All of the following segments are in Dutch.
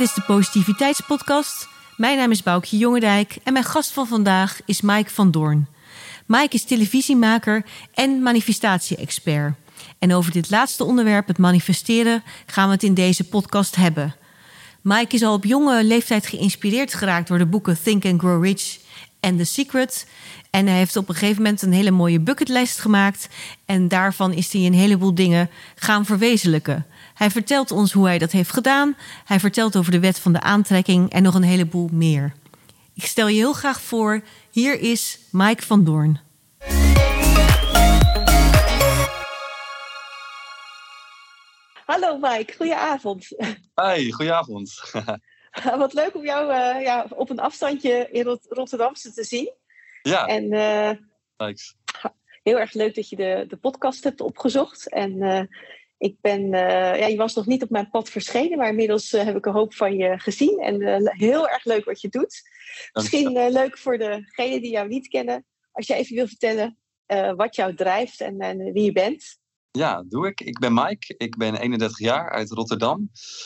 is de Positiviteitspodcast. Mijn naam is Boukje Jongendijk en mijn gast van vandaag is Mike van Doorn. Mike is televisiemaker en manifestatie-expert. En over dit laatste onderwerp, het manifesteren, gaan we het in deze podcast hebben. Mike is al op jonge leeftijd geïnspireerd geraakt door de boeken Think and Grow Rich en The Secret. En hij heeft op een gegeven moment een hele mooie bucketlist gemaakt. En daarvan is hij een heleboel dingen gaan verwezenlijken. Hij vertelt ons hoe hij dat heeft gedaan. Hij vertelt over de wet van de aantrekking en nog een heleboel meer. Ik stel je heel graag voor, hier is Mike van Doorn. Hallo Mike, goedenavond. Hi, goedenavond. Wat leuk om jou op een afstandje in Rotterdamse te zien. Ja, En thanks. heel erg leuk dat je de podcast hebt opgezocht. En je was nog niet op mijn pad verschenen, maar inmiddels heb ik een hoop van je gezien. En heel erg leuk wat je doet. Misschien leuk voor degenen die jou niet kennen, als je even wil vertellen wat jou drijft en wie je bent. Ja, doe ik. Ik ben Mike. Ik ben 31 jaar uit Rotterdam.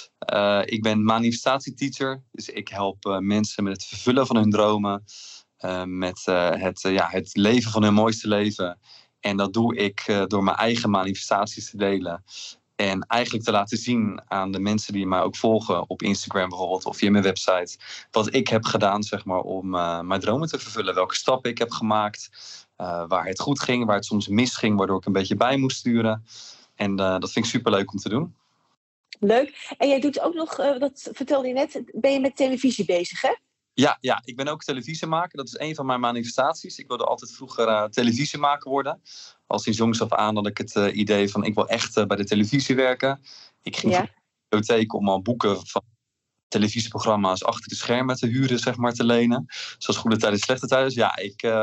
Ik ben manifestatieteacher. Dus ik help mensen met het vervullen van hun dromen. Met het leven van hun mooiste leven. En dat doe ik door mijn eigen manifestaties te delen. En eigenlijk te laten zien aan de mensen die mij ook volgen op Instagram bijvoorbeeld, of via mijn website, wat ik heb gedaan, zeg maar, om mijn dromen te vervullen. Welke stappen ik heb gemaakt, waar het goed ging, waar het soms misging, waardoor ik een beetje bij moest sturen. En dat vind ik superleuk om te doen. Leuk. En jij doet ook nog, dat vertelde je net, ben je met televisie bezig, hè? Ja, ik ben ook televisiemaker. Dat is een van mijn manifestaties. Ik wilde altijd vroeger televisiemaker worden. Al sinds jongs af aan had ik het idee van, ik wil echt bij de televisie werken. Ik ging naar de bibliotheek om al boeken van televisieprogramma's achter de schermen te huren, zeg maar, te lenen. Zoals Goede Tijden, Slechte Tijden. Ja,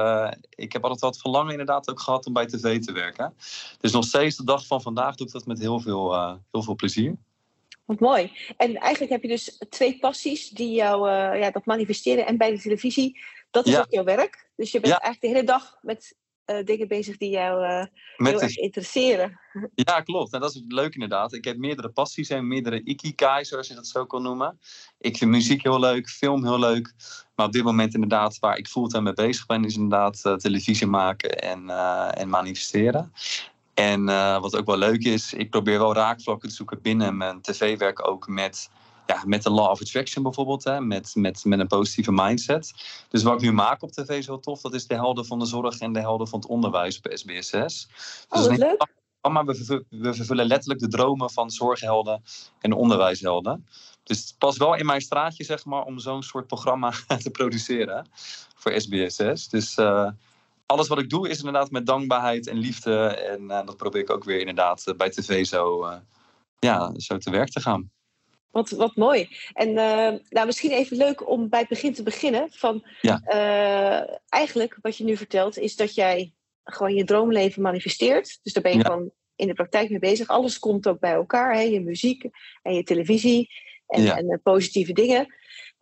ik heb altijd wat verlangen inderdaad ook gehad om bij tv te werken. Dus nog steeds de dag van vandaag doe ik dat met heel veel plezier. Wat mooi. En eigenlijk heb je dus 2 passies die jou, dat manifesteren en bij de televisie, dat is ook jouw werk. Dus je bent eigenlijk de hele dag met dingen bezig die jou heel erg interesseren. Ja, klopt. Nou, dat is leuk inderdaad. Ik heb meerdere passies en meerdere ikigai, zoals je dat zo kan noemen. Ik vind muziek heel leuk, film heel leuk. Maar op dit moment inderdaad, waar ik fulltime mee bezig ben, is inderdaad televisie maken en manifesteren. En wat ook wel leuk is, ik probeer wel raakvlakken te zoeken binnen mijn tv-werk ook met de Law of Attraction bijvoorbeeld. Hè, met een positieve mindset. Dus wat ik nu maak op tv is heel tof. Dat is de helden van de zorg en de helden van het onderwijs bij SBS6. Dus wat leuk. Maar we vervullen letterlijk de dromen van zorghelden en onderwijshelden. Dus het past wel in mijn straatje, zeg maar, om zo'n soort programma te produceren voor SBS6. Dus alles wat ik doe is inderdaad met dankbaarheid en liefde. En dat probeer ik ook weer inderdaad bij tv zo te werk te gaan. Wat mooi. En misschien even leuk om bij het begin te beginnen. Eigenlijk wat je nu vertelt is dat jij gewoon je droomleven manifesteert. Dus daar ben je gewoon in de praktijk mee bezig. Alles komt ook bij elkaar. Hè? Je muziek en je televisie en positieve dingen.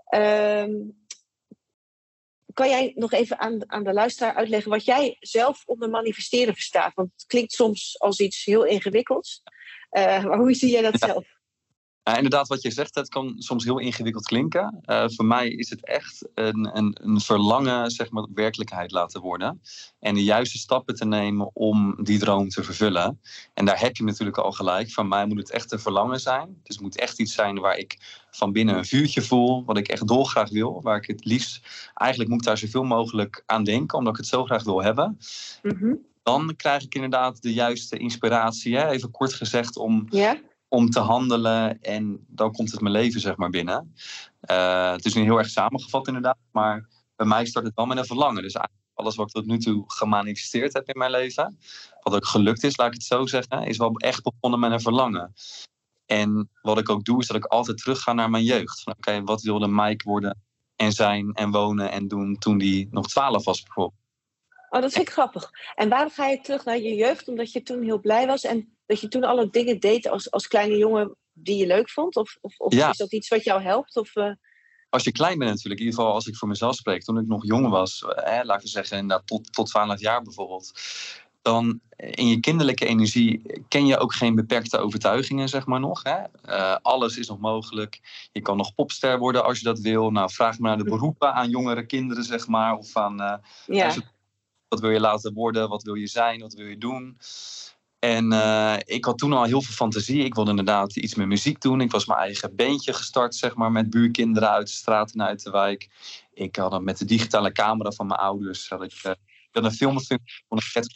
Kan jij nog even aan de luisteraar uitleggen wat jij zelf onder manifesteren verstaat? Want het klinkt soms als iets heel ingewikkelds. Maar hoe zie jij dat zelf? Inderdaad, wat je zegt, het kan soms heel ingewikkeld klinken. Voor mij is het echt een verlangen, zeg maar, werkelijkheid laten worden. En de juiste stappen te nemen om die droom te vervullen. En daar heb je natuurlijk al gelijk. Van mij moet het echt een verlangen zijn. Dus het moet echt iets zijn waar ik van binnen een vuurtje voel. Wat ik echt dolgraag wil. Waar ik het liefst, eigenlijk moet ik daar zoveel mogelijk aan denken. Omdat ik het zo graag wil hebben. Mm-hmm. Dan krijg ik inderdaad de juiste inspiratie. Hè? Even kort gezegd om te handelen en dan komt het mijn leven, zeg maar, binnen. Het is nu heel erg samengevat inderdaad, maar bij mij start het wel met een verlangen. Dus eigenlijk alles wat ik tot nu toe gemanifesteerd heb in mijn leven, wat ook gelukt is, laat ik het zo zeggen, is wel echt begonnen met een verlangen. En wat ik ook doe, is dat ik altijd terugga naar mijn jeugd. Van oké, wat wilde Mike worden en zijn en wonen en doen toen hij nog 12 was bijvoorbeeld. Oh, dat vind ik grappig. En waarom ga je terug naar je jeugd? Omdat je toen heel blij was en dat je toen alle dingen deed als kleine jongen die je leuk vond? Of is dat iets wat jou helpt? Als je klein bent natuurlijk, in ieder geval als ik voor mezelf spreek. Toen ik nog jong was, laten we zeggen tot 12 jaar bijvoorbeeld. dan in je kinderlijke energie ken je ook geen beperkte overtuigingen, zeg maar nog. Hè? Alles is nog mogelijk. Je kan nog popster worden als je dat wil. Nou, vraag maar naar de beroepen aan jongere kinderen, zeg maar. Of aan wat wil je laten worden, wat wil je zijn, wat wil je doen. En ik had toen al heel veel fantasie. Ik wilde inderdaad iets met muziek doen. Ik was mijn eigen bandje gestart, zeg maar, met buurkinderen uit de straat en uit de wijk. Ik had het met de digitale camera van mijn ouders. Ik had een filmfunctie van een vet.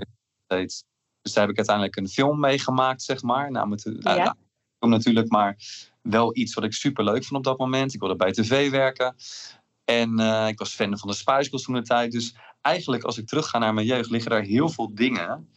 Dus daar heb ik uiteindelijk een film meegemaakt, zeg maar. Natuurlijk, maar wel iets wat ik super leuk vond op dat moment. Ik wilde bij tv werken. En ik was fan van de Spice Girls toen de tijd. Dus eigenlijk, als ik terugga naar mijn jeugd, liggen daar heel veel dingen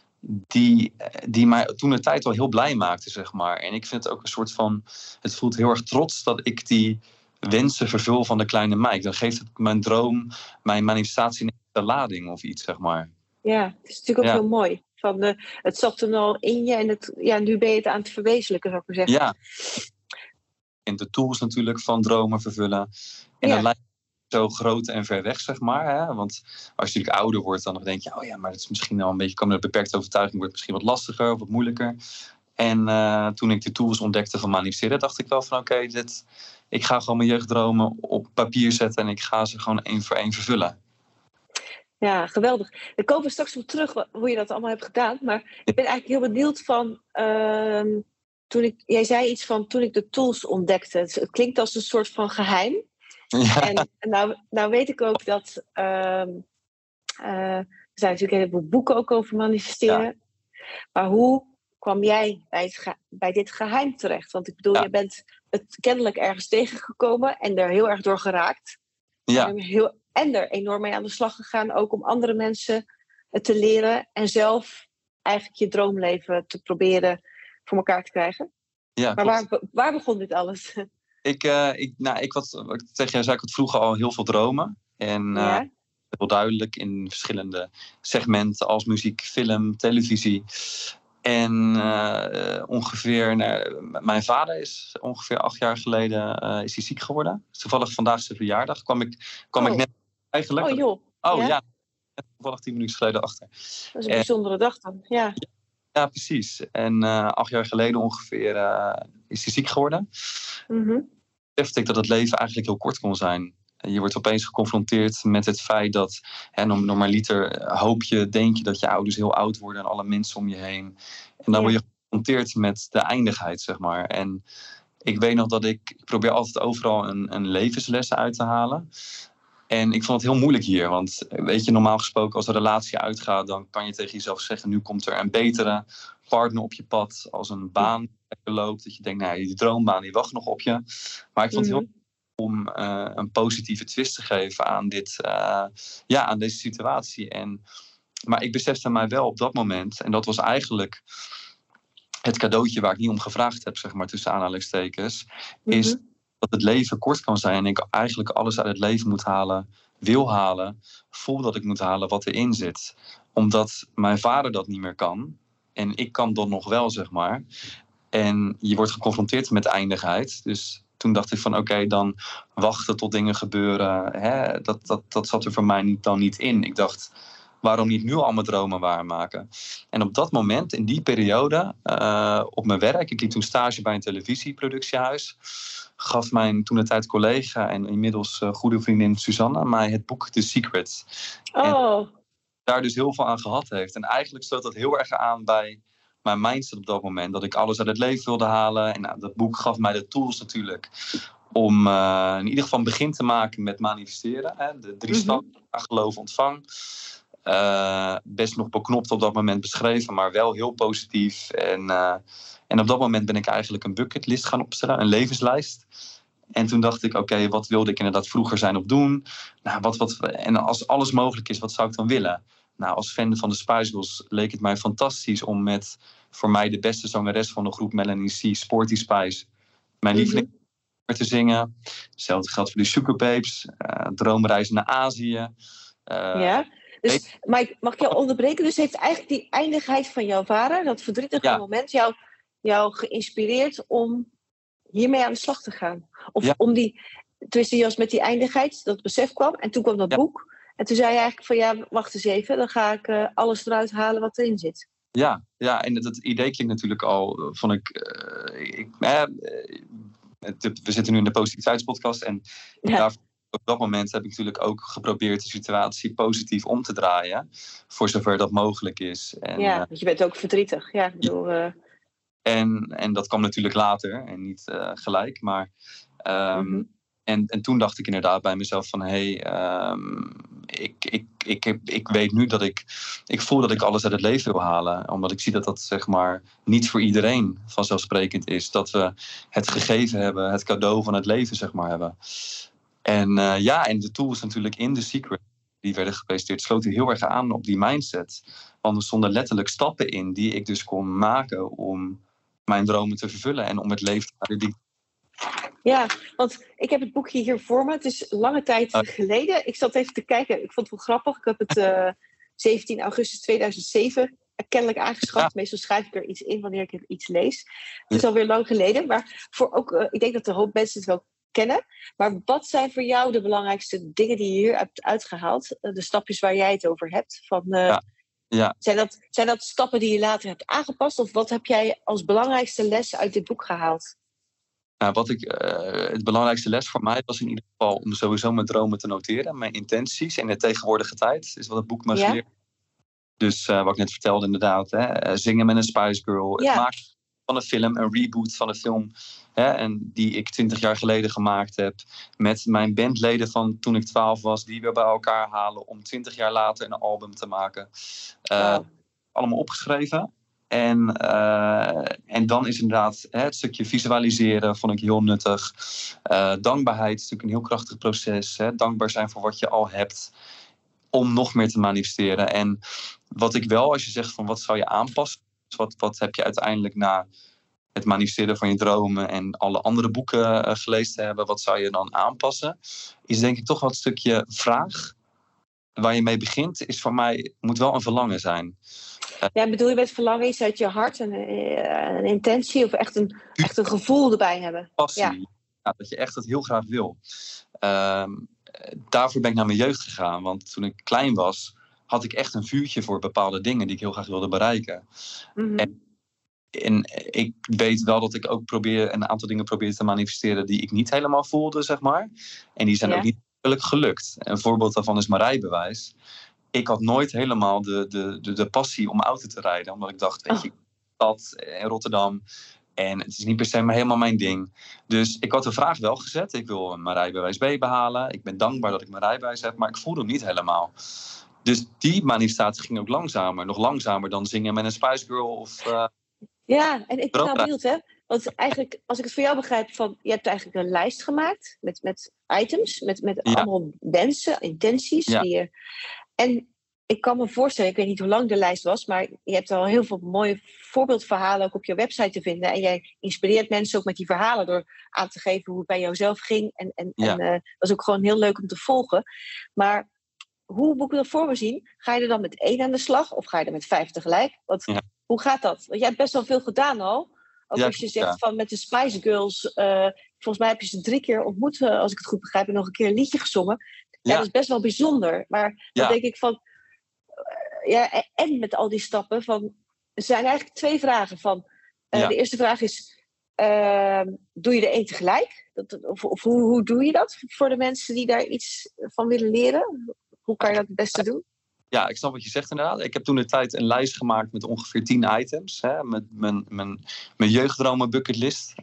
die mij toen de tijd wel heel blij maakten, zeg maar. En ik vind het ook een soort van... Het voelt heel erg trots dat ik die wensen vervul van de kleine Mike. Dan geeft het mijn droom, mijn manifestatie een lading of iets, zeg maar. Ja, het is natuurlijk ook heel mooi. Het zat er al in je en nu ben je het aan het verwezenlijken, zou ik maar zeggen. Ja. En de tools natuurlijk van dromen vervullen. En dat lijkt zo groot en ver weg, zeg maar. Hè? Want als je natuurlijk ouder wordt, dan denk je... oh ja, maar dat is misschien al een beetje... komen de beperkte overtuiging wordt misschien wat lastiger of wat moeilijker. En toen ik de tools ontdekte van manifesteren, dacht ik wel van oké, ik ga gewoon mijn jeugddromen op papier zetten en ik ga ze gewoon 1 voor 1 vervullen. Ja, geweldig. We komen straks op terug hoe je dat allemaal hebt gedaan. Maar ik ben eigenlijk heel benieuwd van... jij zei iets van toen ik de tools ontdekte. Het klinkt als een soort van geheim. Ja. En nou weet ik ook dat... er zijn natuurlijk een heleboel boeken ook over manifesteren. Ja. Maar hoe kwam jij bij dit geheim terecht? Want ik bedoel, je bent het kennelijk ergens tegengekomen en er heel erg door geraakt. Ja. En er enorm mee aan de slag gegaan, ook om andere mensen te leren en zelf eigenlijk je droomleven te proberen voor elkaar te krijgen. Ja, maar waar begon dit alles? Ik tegen jou zei, ik had vroeger al heel veel dromen. En heel duidelijk in verschillende segmenten als muziek, film, televisie. En mijn vader is ongeveer 8 jaar geleden is hij ziek geworden. Toevallig vandaag zijn verjaardag. kwam ik net eigenlijk. Oh joh. Ja. Toevallig 10 minuten geleden achter. Dat is een bijzondere dag dan. Ja. Ja, precies. En 8 jaar geleden ongeveer is hij ziek geworden. Mm-hmm. Besefte ik dat het leven eigenlijk heel kort kon zijn. Je wordt opeens geconfronteerd met het feit dat... normaliter denk je dat je ouders heel oud worden... en alle mensen om je heen. En dan word je geconfronteerd met de eindigheid, zeg maar. En ik weet nog dat ik probeer altijd overal een levensles uit te halen. En ik vond het heel moeilijk hier. Want weet je, normaal gesproken als een relatie uitgaat... dan kan je tegen jezelf zeggen... nu komt er een betere partner op je pad. Als een baan loopt. Dat je denkt, nou, die droombaan die wacht nog op je. Maar ik vond het heel om een positieve twist te geven aan aan deze situatie. Maar ik besefte mij wel op dat moment... en dat was eigenlijk het cadeautje waar ik niet om gevraagd heb... zeg maar tussen aanhalingstekens... is dat het leven kort kan zijn... en ik eigenlijk alles uit het leven wil halen... voordat ik moet halen wat erin zit. Omdat mijn vader dat niet meer kan... en ik kan dat nog wel, zeg maar. En je wordt geconfronteerd met eindigheid... dus toen dacht ik van oké, dan wachten tot dingen gebeuren. Hè? Dat zat er voor mij dan niet in. Ik dacht, waarom niet nu al mijn dromen waarmaken? En op dat moment, in die periode, op mijn werk... ik liep toen stage bij een televisieproductiehuis... gaf mijn toentertijd collega en inmiddels goede vriendin Suzanne... mij het boek The Secret. Oh. En daar dus heel veel aan gehad heeft. En eigenlijk sloot dat heel erg aan bij... mijn mindset op dat moment, dat ik alles uit het leven wilde halen. En dat boek gaf mij de tools natuurlijk om in ieder geval een begin te maken met manifesteren. Hè? De 3 stappen, geloof, ontvang. Best nog beknopt op dat moment beschreven, maar wel heel positief. En op dat moment ben ik eigenlijk een bucketlist gaan opstellen, een levenslijst. En toen dacht ik, oké, wat wilde ik inderdaad vroeger zijn of doen? Nou, en als alles mogelijk is, wat zou ik dan willen? Nou, als fan van de Spice Girls leek het mij fantastisch om met voor mij de beste zangeres van de groep Melanie C, Sporty Spice, mijn lieveling te zingen. Hetzelfde geldt voor de Sugar Babes, droomreizen naar Azië. Dus Mike, mag ik jou onderbreken? Dus heeft eigenlijk die eindigheid van jouw vader, dat verdrietige moment, jou geïnspireerd om hiermee aan de slag te gaan? Of om tenminste, als met die eindigheid, dat besef kwam en toen kwam dat boek. En toen zei je eigenlijk van ja, wacht eens even. Dan ga ik alles eruit halen wat erin zit. Ja, en dat idee klinkt natuurlijk al, vond ik... we zitten nu in de Positiviteitspodcast en daarvoor, op dat moment heb ik natuurlijk ook geprobeerd de situatie positief om te draaien. Voor zover dat mogelijk is. En, want je bent ook verdrietig. Ja, ik bedoel... En dat kwam natuurlijk later en niet gelijk. Maar, en toen dacht ik inderdaad bij mezelf van... ik weet nu dat ik voel dat ik alles uit het leven wil halen. Omdat ik zie dat dat zeg maar niet voor iedereen vanzelfsprekend is. Dat we het gegeven hebben, het cadeau van het leven zeg maar hebben. En en de tools natuurlijk in The Secret die werden gepresenteerd, sloten heel erg aan op die mindset. Want er stonden letterlijk stappen in die ik dus kon maken om mijn dromen te vervullen en om het leven te leiden. Ja, want ik heb het boekje hier voor me. Het is lange tijd geleden. Ik zat even te kijken. Ik vond het wel grappig. Ik heb het 17 augustus 2007 kennelijk aangeschaft. Ja. Meestal schrijf ik er iets in wanneer ik iets lees. Het is alweer lang geleden. Maar voor ook, ik denk dat de hoop mensen het wel kennen. Maar wat zijn voor jou de belangrijkste dingen die je hier hebt uitgehaald? De stapjes waar jij het over hebt. Ja. Zijn dat stappen die je later hebt aangepast? Of wat heb jij als belangrijkste les uit dit boek gehaald? Nou, het belangrijkste les voor mij was in ieder geval om sowieso mijn dromen te noteren. Mijn intenties in de tegenwoordige tijd is wat het boek me geleerd. Dus wat ik net vertelde inderdaad. Zingen met een Spice Girl. Ja. Het maken van een film, een reboot van een film. En die ik 20 jaar geleden gemaakt heb. Met mijn bandleden van toen ik 12 was. Die weer bij elkaar halen om 20 jaar later een album te maken. Allemaal opgeschreven. En dan is inderdaad het stukje visualiseren vond ik heel nuttig. Dankbaarheid is natuurlijk een heel krachtig proces. Dankbaar zijn voor wat je al hebt. Om nog meer te manifesteren. En wat ik wel, als je zegt van wat zou je aanpassen. Wat heb je uiteindelijk na het manifesteren van je dromen en alle andere boeken gelezen te hebben. Wat zou je dan aanpassen? Is denk ik toch wel het stukje vraag. Waar je mee begint is voor mij, moet wel een verlangen zijn. Ja, bedoel je met verlangen iets uit je hart, een intentie of echt een gevoel erbij hebben? Passie, ja, dat je echt dat heel graag wil. Daarvoor ben ik naar mijn jeugd gegaan, want toen ik klein was, had ik echt een vuurtje voor bepaalde dingen die ik heel graag wilde bereiken. Mm-hmm. En ik weet wel dat ik ook een aantal dingen probeerde te manifesteren die ik niet helemaal voelde, zeg maar. En die zijn ook niet gelukt. Een voorbeeld daarvan is mijn rijbewijs. Ik had nooit helemaal de passie om auto te rijden. Omdat ik dacht, weet je, stad in Rotterdam. En het is niet per se helemaal mijn ding. Dus ik had de vraag wel gezet. Ik wil mijn rijbewijs B behalen. Ik ben dankbaar dat ik mijn rijbewijs heb. Maar ik voelde hem niet helemaal. Dus die manifestatie ging ook langzamer. Nog langzamer dan zingen met een Spice Girl. Ja, en ik ben nou benieuwd, hè. Want eigenlijk, als ik het voor jou begrijp, je hebt eigenlijk een lijst gemaakt met items, met allemaal wensen, intenties. Ja. En ik kan me voorstellen, ik weet niet hoe lang de lijst was, maar je hebt al heel veel mooie voorbeeldverhalen ook op je website te vinden. En jij inspireert mensen ook met die verhalen door aan te geven hoe het bij jou zelf ging. En dat is ook gewoon heel leuk om te volgen. Maar hoe moet ik dat voor me zien? Ga je er dan met 1 aan de slag of ga je er met 5 tegelijk? Hoe gaat dat? Want jij hebt best wel veel gedaan al. Ook als je zegt van met de Spice Girls. Volgens mij heb je ze 3 keer ontmoet, als ik het goed begrijp. En nog een keer een liedje gezongen. Ja, dat is best wel bijzonder. Maar dan denk ik van... en met al die stappen van... Er zijn eigenlijk 2 vragen. De eerste vraag is... doe je er 1 tegelijk? Of hoe doe je dat? Voor de mensen die daar iets van willen leren. Hoe kan je dat het beste doen? Ja, ik snap wat je zegt inderdaad. Ik heb toen de tijd een lijst gemaakt met ongeveer 10 items. Met mijn jeugddromen bucketlist.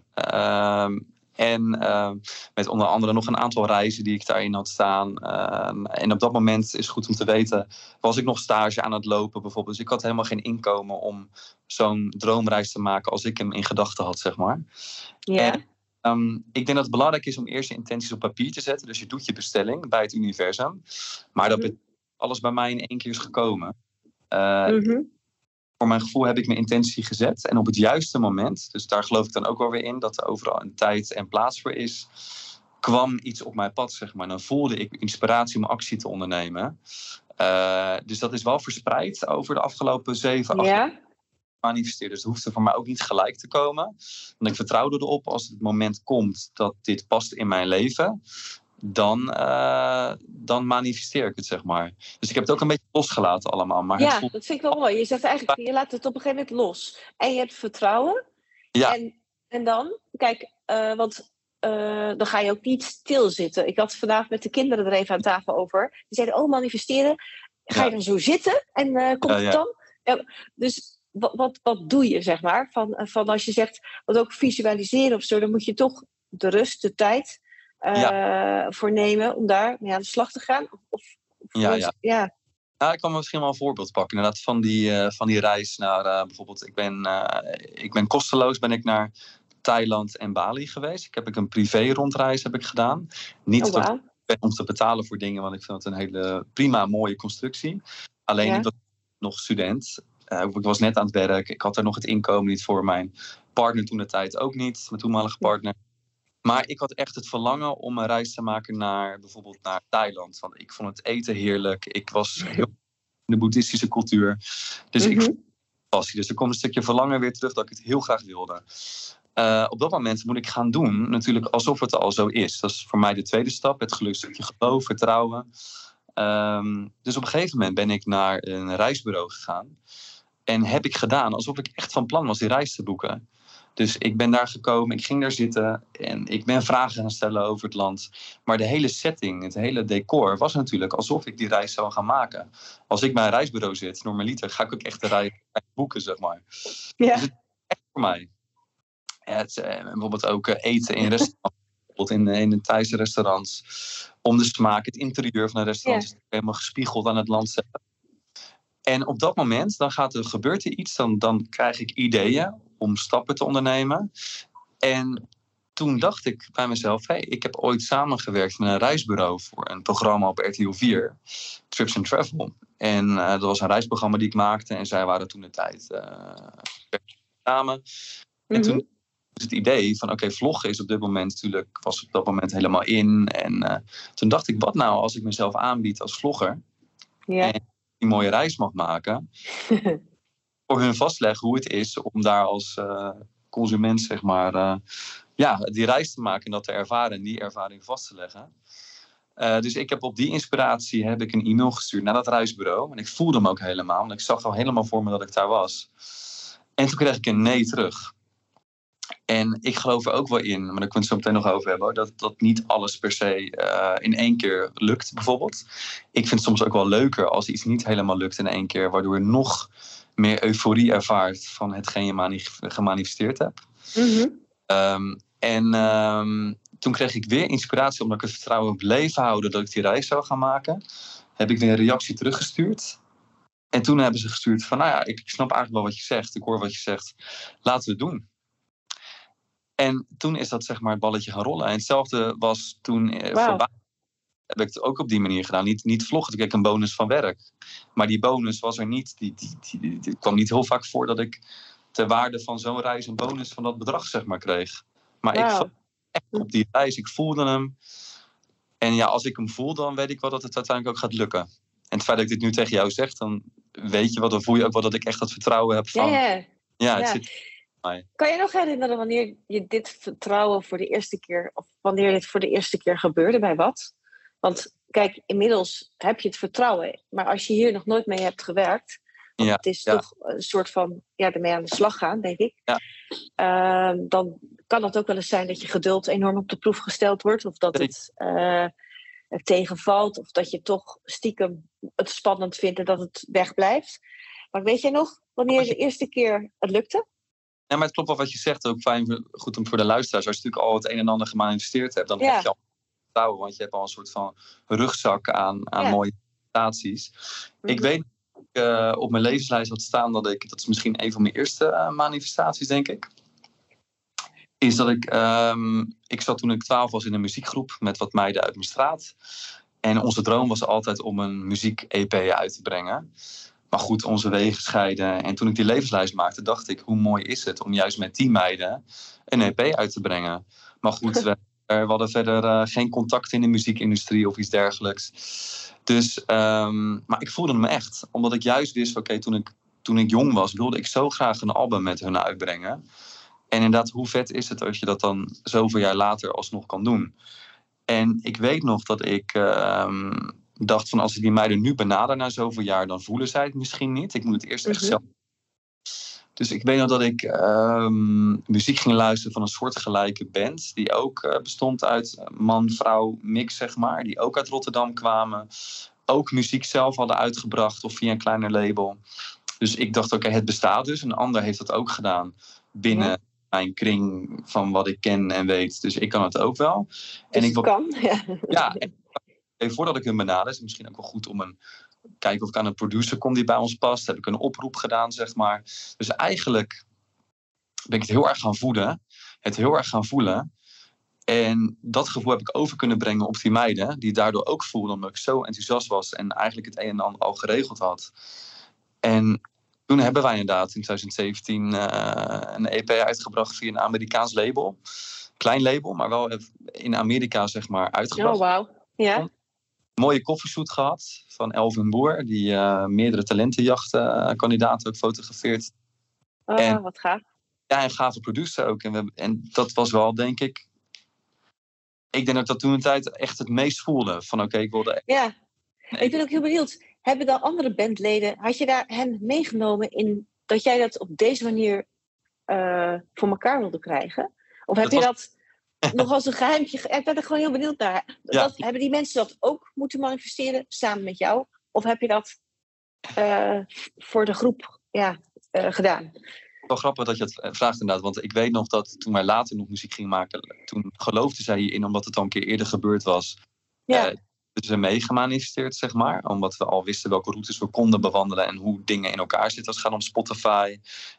En met onder andere nog een aantal reizen die ik daarin had staan. En op dat moment is het goed om te weten, was ik nog stage aan het lopen bijvoorbeeld. Dus ik had helemaal geen inkomen om zo'n droomreis te maken als ik hem in gedachten had, zeg maar. Ja. En, ik denk dat het belangrijk is om eerst je intenties op papier te zetten. Dus je doet je bestelling bij het universum. Maar dat betekent alles bij mij in 1 keer is gekomen. Voor mijn gevoel heb ik mijn intentie gezet. En op het juiste moment, dus daar geloof ik dan ook wel weer in, dat er overal een tijd en plaats voor is, kwam iets op mijn pad, zeg maar. Dan voelde ik inspiratie om actie te ondernemen. Dus dat is wel verspreid over de afgelopen 7, 8 jaar manifesteren. Dus het hoefde voor mij ook niet gelijk te komen. Want ik vertrouwde erop, als het moment komt dat dit past in mijn leven, dan manifesteer ik het, zeg maar. Dus ik heb het ook een beetje losgelaten allemaal. Maar Ja, dat vind ik wel mooi. Je zegt eigenlijk, je laat het op een gegeven moment los. En je hebt vertrouwen. Ja. En dan, kijk, dan ga je ook niet stilzitten. Ik had vandaag met de kinderen er even aan tafel over. Die zeiden, manifesteren. Ga je dan zo zitten en komt het dan? Ja, dus wat doe je, zeg maar? Van als je zegt, wat ook visualiseren of zo, dan moet je toch de rust, de tijd voor nemen om daar mee aan de slag te gaan. Ja. Nou, ik kan misschien wel een voorbeeld pakken. Inderdaad, van die reis naar bijvoorbeeld... Ik ben kosteloos naar Thailand en Bali geweest. Ik heb een privé rondreis gedaan. Niet om te betalen voor dingen, want ik vind het een hele prima, mooie constructie. Alleen ik was nog student. Ik was net aan het werk. Ik had er nog het inkomen niet voor. Mijn partner toen de tijd ook niet. Mijn toenmalige partner. Maar ik had echt het verlangen om een reis te maken bijvoorbeeld naar Thailand. Want ik vond het eten heerlijk. Ik was heel in de boeddhistische cultuur. Dus ik vond het passie. Dus er komt een stukje verlangen weer terug dat ik het heel graag wilde. Op dat moment moet ik gaan doen, natuurlijk alsof het al zo is. Dat is voor mij de tweede stap. Het gelukstukje geloof, vertrouwen. Dus op een gegeven moment ben ik naar een reisbureau gegaan. En heb ik gedaan alsof ik echt van plan was die reis te boeken. Dus ik ben daar gekomen, ik ging daar zitten en ik ben vragen gaan stellen over het land. Maar de hele setting, het hele decor was natuurlijk alsof ik die reis zou gaan maken. Als ik bij een reisbureau zit, normaliter, ga ik ook echt de reis boeken, zeg maar. Ja. Dus het is echt voor mij. Bijvoorbeeld ook eten in restaurants, bijvoorbeeld in de Thaise restaurants. Om de smaak, het interieur van een restaurant is helemaal gespiegeld aan het land zetten. En op dat moment, gebeurt er iets, dan krijg ik ideeën om stappen te ondernemen. En toen dacht ik bij mezelf, ik heb ooit samengewerkt met een reisbureau voor een programma op RTL 4, Trips and Travel. En dat was een reisprogramma die ik maakte en zij waren toen de tijd samen. En toen was het idee van, vloggen is op dit moment natuurlijk, was op dat moment helemaal in. En toen dacht ik, wat nou als ik mezelf aanbied als vlogger? Ja. En die mooie reis mag maken. Voor hun vastleggen hoe het is om daar als consument, zeg maar, die reis te maken en dat te ervaren en die ervaring vast te leggen. Dus ik heb op die inspiratie een e-mail gestuurd naar dat reisbureau. En ik voelde hem ook helemaal, want ik zag al helemaal voor me dat ik daar was. En toen kreeg ik een nee terug. En ik geloof er ook wel in, maar daar kunnen we het zo meteen nog over hebben, dat niet alles per se in één keer lukt, bijvoorbeeld. Ik vind het soms ook wel leuker als iets niet helemaal lukt in één keer, waardoor je nog meer euforie ervaart van hetgeen je gemanifesteerd hebt. Toen kreeg ik weer inspiratie, omdat ik het vertrouwen bleef houden dat ik die reis zou gaan maken. Heb ik weer een reactie teruggestuurd. En toen hebben ze gestuurd van, ik snap eigenlijk wel wat je zegt, ik hoor wat je zegt, laten we het doen. En toen is dat, zeg maar, het balletje gaan rollen. En hetzelfde was toen voorbij. Heb ik het ook op die manier gedaan. Niet vloggen, toen kreeg ik een bonus van werk. Maar die bonus was er niet. Die kwam niet heel vaak voor dat ik ter waarde van zo'n reis een bonus van dat bedrag, zeg maar, kreeg. Maar ik voelde echt op die reis. Ik voelde hem. En als ik hem voel, dan weet ik wel dat het uiteindelijk ook gaat lukken. En het feit dat ik dit nu tegen jou zeg, dan weet je wel, dan voel je ook wel dat ik echt dat vertrouwen heb van... Het zit... Kan je nog herinneren wanneer je dit vertrouwen voor de eerste keer, of wanneer dit voor de eerste keer gebeurde, bij wat? Want kijk, inmiddels heb je het vertrouwen, maar als je hier nog nooit mee hebt gewerkt, het is toch een soort van ermee aan de slag gaan, denk ik. Dan kan het ook wel eens zijn dat je geduld enorm op de proef gesteld wordt, of dat het tegenvalt, of dat je toch stiekem het spannend vindt en dat het wegblijft. Maar weet jij nog wanneer de eerste keer het lukte? Ja, maar het klopt wel wat je zegt. Ook fijn, goed om voor de luisteraars. Als je natuurlijk al het een en ander gemanifesteerd hebt, dan heb je al vertrouwen. Want je hebt al een soort van rugzak aan mooie prestaties. Ik weet op mijn levenslijst had staan dat is misschien een van mijn eerste manifestaties, denk ik. Is dat ik zat toen ik 12 was in een muziekgroep met wat meiden uit mijn straat. En onze droom was altijd om een muziek-EP uit te brengen. Maar goed, onze wegen scheiden. En toen ik die levenslijst maakte, dacht ik, hoe mooi is het om juist met 10 meiden een EP uit te brengen. Maar goed, we hadden verder geen contact in de muziekindustrie of iets dergelijks. Dus, maar ik voelde me echt. Omdat ik juist wist, toen ik jong was, wilde ik zo graag een album met hun uitbrengen. En inderdaad, hoe vet is het als je dat dan zoveel jaar later alsnog kan doen. En ik weet nog dat ik dacht van als ik die meiden nu benader na zoveel jaar, dan voelen zij het misschien niet. Ik moet het eerst echt zelf. Dus ik weet nog dat ik muziek ging luisteren van een soortgelijke band. Die ook bestond uit man-vrouw mix, zeg maar. Die ook uit Rotterdam kwamen. Ook muziek zelf hadden uitgebracht of via een kleiner label. Dus ik dacht, oké, het bestaat dus. Een ander heeft dat ook gedaan binnen mijn kring van wat ik ken en weet. Dus ik kan het ook wel. Dus en ik kan, ja. En voordat ik hem benader, is het misschien ook wel goed om kijken of ik aan een producer kom die bij ons past. Heb ik een oproep gedaan, zeg maar. Dus eigenlijk ben ik het heel erg gaan voeden. Het heel erg gaan voelen. En dat gevoel heb ik over kunnen brengen op die meiden. Die daardoor ook voelden omdat ik zo enthousiast was. En eigenlijk het een en ander al geregeld had. En toen hebben wij inderdaad in 2017 een EP uitgebracht via een Amerikaans label. Klein label, maar wel in Amerika, zeg maar, uitgebracht. Oh, wauw. Ja. Mooie koffieshoot gehad van Elvin Boer. Die meerdere talentenjachten-kandidaten ook fotografeert. Oh, wat gaaf. Ja, en gave producer ook. En dat was wel, denk ik... Ik denk dat ik dat toen een tijd echt het meest voelde. Van oké, ik wilde... Ja. Ik ben ook heel benieuwd. Hebben dan andere bandleden... Had je daar hen meegenomen in... dat jij dat op deze manier voor elkaar wilde krijgen? Of heb je dat nog als een geheimtje... Ik ben er gewoon heel benieuwd naar. Hebben die mensen dat ook moeten manifesteren samen met jou? Of heb je dat voor de groep gedaan? Wel grappig dat je het vraagt inderdaad. Want ik weet nog dat toen wij later nog muziek gingen maken... toen geloofden zij hierin omdat het al een keer eerder gebeurd was. Ja. Dus we meegemanifesteerd, zeg maar. Omdat we al wisten welke routes we konden bewandelen... en hoe dingen in elkaar zitten als het gaat om Spotify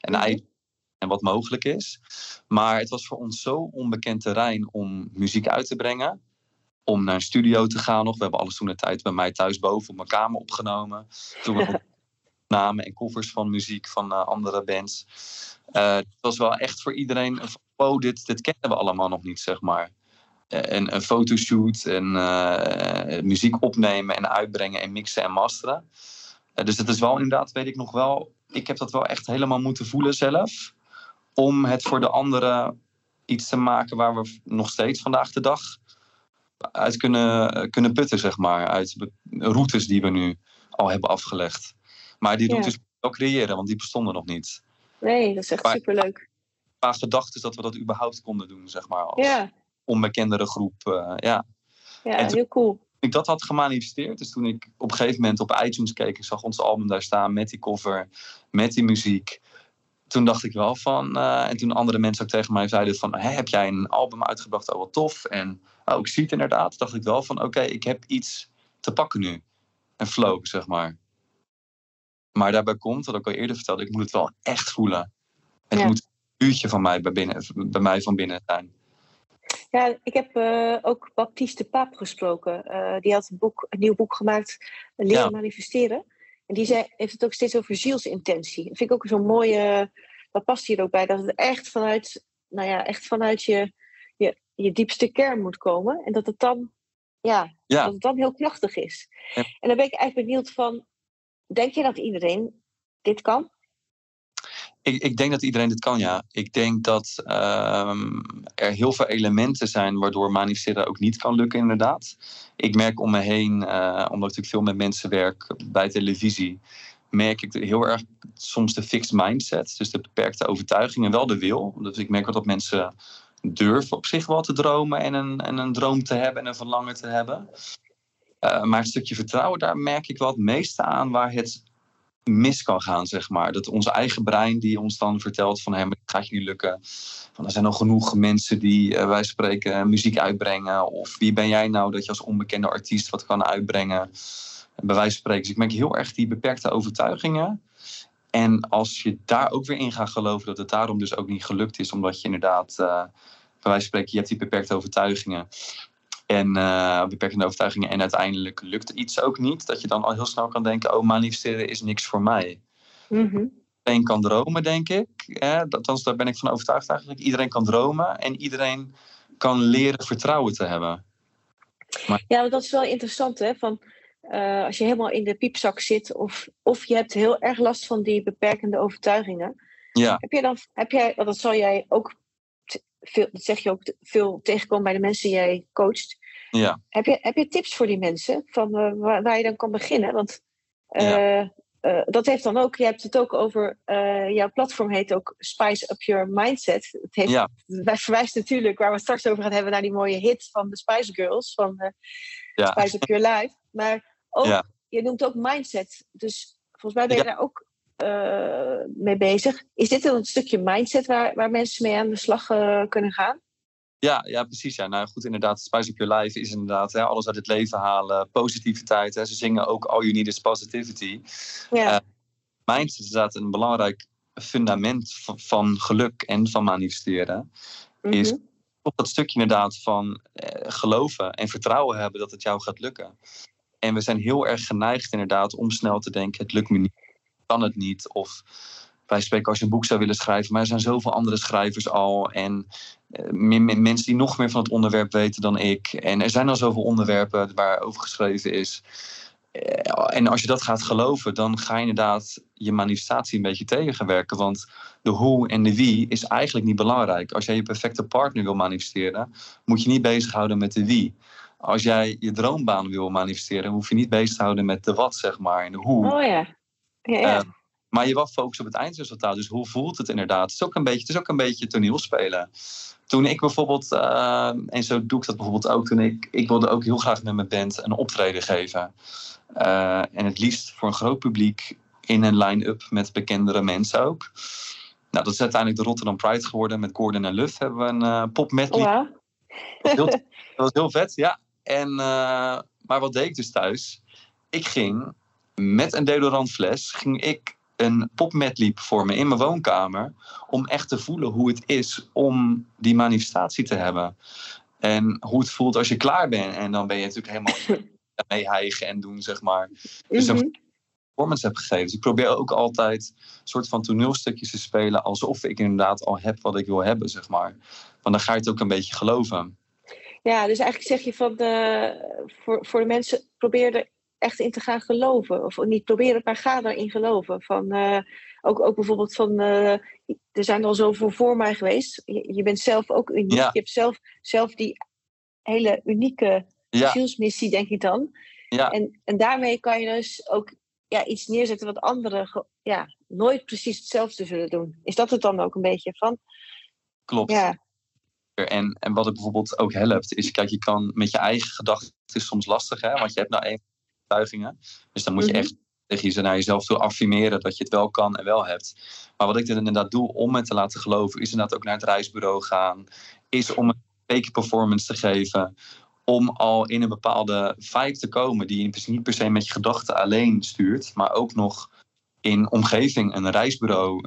en wat mogelijk is. Maar het was voor ons zo onbekend terrein om muziek uit te brengen. Om naar een studio te gaan nog. We hebben alles toen de tijd bij mij thuis boven op mijn kamer opgenomen. Toen we namen en covers van muziek van andere bands. Het was wel echt voor iedereen... Oh, dit kennen we allemaal nog niet, zeg maar. Een fotoshoot en muziek opnemen en uitbrengen en mixen en masteren. Dus het is wel inderdaad, weet ik nog wel... Ik heb dat wel echt helemaal moeten voelen zelf. Om het voor de anderen iets te maken waar we nog steeds vandaag de dag uit kunnen putten, zeg maar. Uit routes die we nu al hebben afgelegd. Maar die routes wel creëren, want die bestonden nog niet. Nee, dat is echt superleuk. Qua gedachten dat we dat überhaupt konden doen, zeg maar. Als onbekendere groep, Ja, heel cool. Toen ik dat had gemanifesteerd, dus toen ik op een gegeven moment op iTunes keek, ik zag ons album daar staan met die cover, met die muziek. Toen dacht ik wel van, en toen andere mensen ook tegen mij zeiden van, heb jij een album uitgebracht? Oh, wat tof. En ik zie het inderdaad. Dacht ik wel van, oké, ik heb iets te pakken nu. Een flow, zeg maar. Maar daarbij komt, wat ik al eerder vertelde, ik moet het wel echt voelen. Het moet een uurtje van mij bij mij van binnen zijn. Ja, ik heb ook Baptiste de Paap gesproken. Die had een nieuw boek gemaakt, Leren manifesteren. En die heeft het ook steeds over zielsintentie. Dat vind ik ook zo'n mooie... Dat past hier ook bij. Dat het echt vanuit je diepste kern moet komen. En dat het dan, dat het dan heel krachtig is. Ja. En dan ben ik eigenlijk benieuwd van... Denk je dat iedereen dit kan? Ik denk dat iedereen dit kan, ja. Ik denk dat er heel veel elementen zijn waardoor manifesteren ook niet kan lukken, inderdaad. Ik merk om me heen, omdat ik natuurlijk veel met mensen werk bij televisie, merk ik heel erg soms de fixed mindset, dus de beperkte overtuiging en wel de wil. Dus ik merk wel dat mensen durven op zich wel te dromen en een droom te hebben en een verlangen te hebben. Maar het stukje vertrouwen, daar merk ik wel het meeste aan waar het mis kan gaan, zeg maar. Dat onze eigen brein die ons dan vertelt van het gaat je niet lukken. Van, er zijn nog genoeg mensen die wij spreken muziek uitbrengen. Of wie ben jij nou dat je als onbekende artiest wat kan uitbrengen? Bij wijze van spreken. Dus ik merk heel erg die beperkte overtuigingen. En als je daar ook weer in gaat geloven dat het daarom dus ook niet gelukt is. Omdat je inderdaad, bij wijze van spreken, je hebt die beperkte overtuigingen. En beperkende overtuigingen en uiteindelijk lukt iets ook niet. Dat je dan al heel snel kan denken, manifesteren is niks voor mij. Mm-hmm. Iedereen kan dromen, denk ik. Althans, daar ben ik van overtuigd eigenlijk. Iedereen kan dromen en iedereen kan leren vertrouwen te hebben. Maar... Ja, dat is wel interessant, hè. Van, als je helemaal in de piepzak zit of je hebt heel erg last van die beperkende overtuigingen. Ja. Heb jij, dat zal jij ook... dat zeg je ook veel tegenkomen bij de mensen die jij coacht. Ja. Heb je tips voor die mensen van waar je dan kan beginnen? Want dat heeft dan ook, je hebt het ook over, jouw platform heet ook Spice Up Your Mindset. Het heeft, wij verwijst natuurlijk, waar we het straks over gaan hebben, naar die mooie hit van de Spice Girls, van Spice Up Your Life. Maar ook, je noemt ook mindset. Dus volgens mij ben je daar ook mee bezig. Is dit een stukje mindset waar mensen mee aan de slag kunnen gaan? Ja, precies. Ja. Nou goed, inderdaad, Spice Up Your Life is inderdaad alles uit het leven halen, positiviteit. Hè. Ze zingen ook All You Need Is Positivity. Ja. Mindset is inderdaad een belangrijk fundament van geluk en van manifesteren. Is op dat stukje inderdaad van geloven en vertrouwen hebben dat het jou gaat lukken. En we zijn heel erg geneigd inderdaad om snel te denken, het lukt me niet, kan het niet. Of wij spreken als je een boek zou willen schrijven, maar er zijn zoveel andere schrijvers al. En mensen die nog meer van het onderwerp weten dan ik. En er zijn al zoveel onderwerpen waarover geschreven is. En als je dat gaat geloven, dan ga je inderdaad je manifestatie een beetje tegenwerken. Want de hoe en de wie is eigenlijk niet belangrijk. Als jij je perfecte partner wil manifesteren, moet je niet bezighouden met de wie. Als jij je droombaan wil manifesteren, hoef je niet bezig te houden met de wat, zeg maar, en de hoe. Oh ja. Maar je wil focussen op het eindresultaat. Dus hoe voelt het inderdaad? Het is ook een beetje toneelspelen. Toen ik bijvoorbeeld, en zo doe ik dat bijvoorbeeld ook, toen ik wilde ook heel graag met mijn band een optreden geven. En het liefst voor een groot publiek in een line-up met bekendere mensen ook. Nou, dat is uiteindelijk de Rotterdam Pride geworden. Met Gordon en Luff hebben we een pop medley. Dat was heel vet, ja. Maar wat deed ik dus thuis? Ik ging met een deodorantfles een popmedley performen in mijn woonkamer. Om echt te voelen hoe het is om die manifestatie te hebben. En hoe het voelt als je klaar bent. En dan ben je natuurlijk helemaal mee hijgen en doen, zeg maar. Dus een performance heb gegeven. Dus ik probeer ook altijd een soort van toneelstukjes te spelen. Alsof ik inderdaad al heb wat ik wil hebben, zeg maar. Want dan ga je het ook een beetje geloven. Ja, dus eigenlijk zeg je van voor de mensen, probeer er echt in te gaan geloven. Of niet proberen, maar ga erin geloven. Ook bijvoorbeeld van, er zijn al zoveel voor mij geweest. Je bent zelf ook uniek. Ja. Je hebt zelf die hele unieke zielsmissie, denk ik dan. Ja. En daarmee kan je dus ook iets neerzetten wat anderen nooit precies hetzelfde zullen doen. Is dat het dan ook een beetje van? Klopt. Ja. En wat het bijvoorbeeld ook helpt, is, kijk, je kan met je eigen gedachten, het is soms lastig, hè, want je hebt nou overtuigingen. Dus dan moet je echt tegen naar jezelf toe affirmeren dat je het wel kan en wel hebt. Maar wat ik dan inderdaad doe om het te laten geloven, is inderdaad ook naar het reisbureau gaan. Is om een fake performance te geven. Om al in een bepaalde vibe te komen die je niet per se met je gedachten alleen stuurt. Maar ook nog in omgeving, een reisbureau,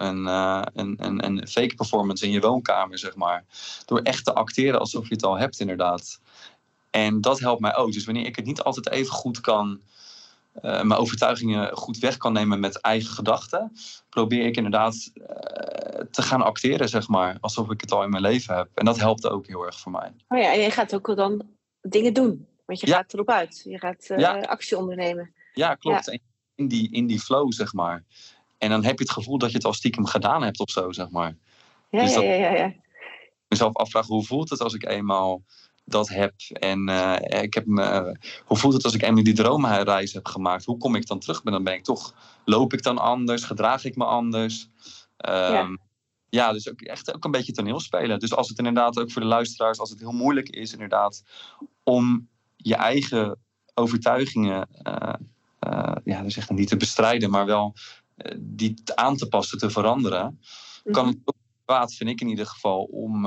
een fake performance in je woonkamer, zeg maar. Door echt te acteren alsof je het al hebt, inderdaad. En dat helpt mij ook. Dus wanneer ik het niet altijd even goed kan, mijn overtuigingen goed weg kan nemen met eigen gedachten, probeer ik inderdaad te gaan acteren, zeg maar. Alsof ik het al in mijn leven heb. En dat helpt ook heel erg voor mij. Oh ja, en je gaat ook dan dingen doen. Want je gaat erop uit. Je gaat actie ondernemen. Ja, klopt. Ja. In die flow, zeg maar. En dan heb je het gevoel dat je het al stiekem gedaan hebt of zo, zeg maar. Ja. Mezelf afvragen, hoe voelt het als ik eenmaal dat heb? En hoe voelt het als ik eenmaal die droomreis heb gemaakt? Hoe kom ik dan terug? Loop ik dan anders? Gedraag ik me anders? Dus ook een beetje toneelspelen. Dus als het inderdaad ook voor de luisteraars, als het heel moeilijk is inderdaad om je eigen overtuigingen dus echt niet te bestrijden, maar wel die aan te passen, te veranderen, kan het ook kwaad, vind ik in ieder geval,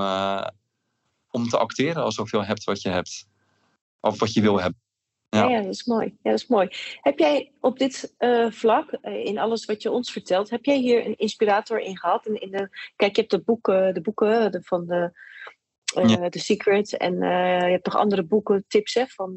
om te acteren alsof je al hebt wat je hebt. Of wat je wil hebben. Ja, dat is mooi. Heb jij op dit vlak, in alles wat je ons vertelt, heb jij hier een inspirator in gehad? Kijk, je hebt de boeken van The Secret. En je hebt nog andere boeken, tips van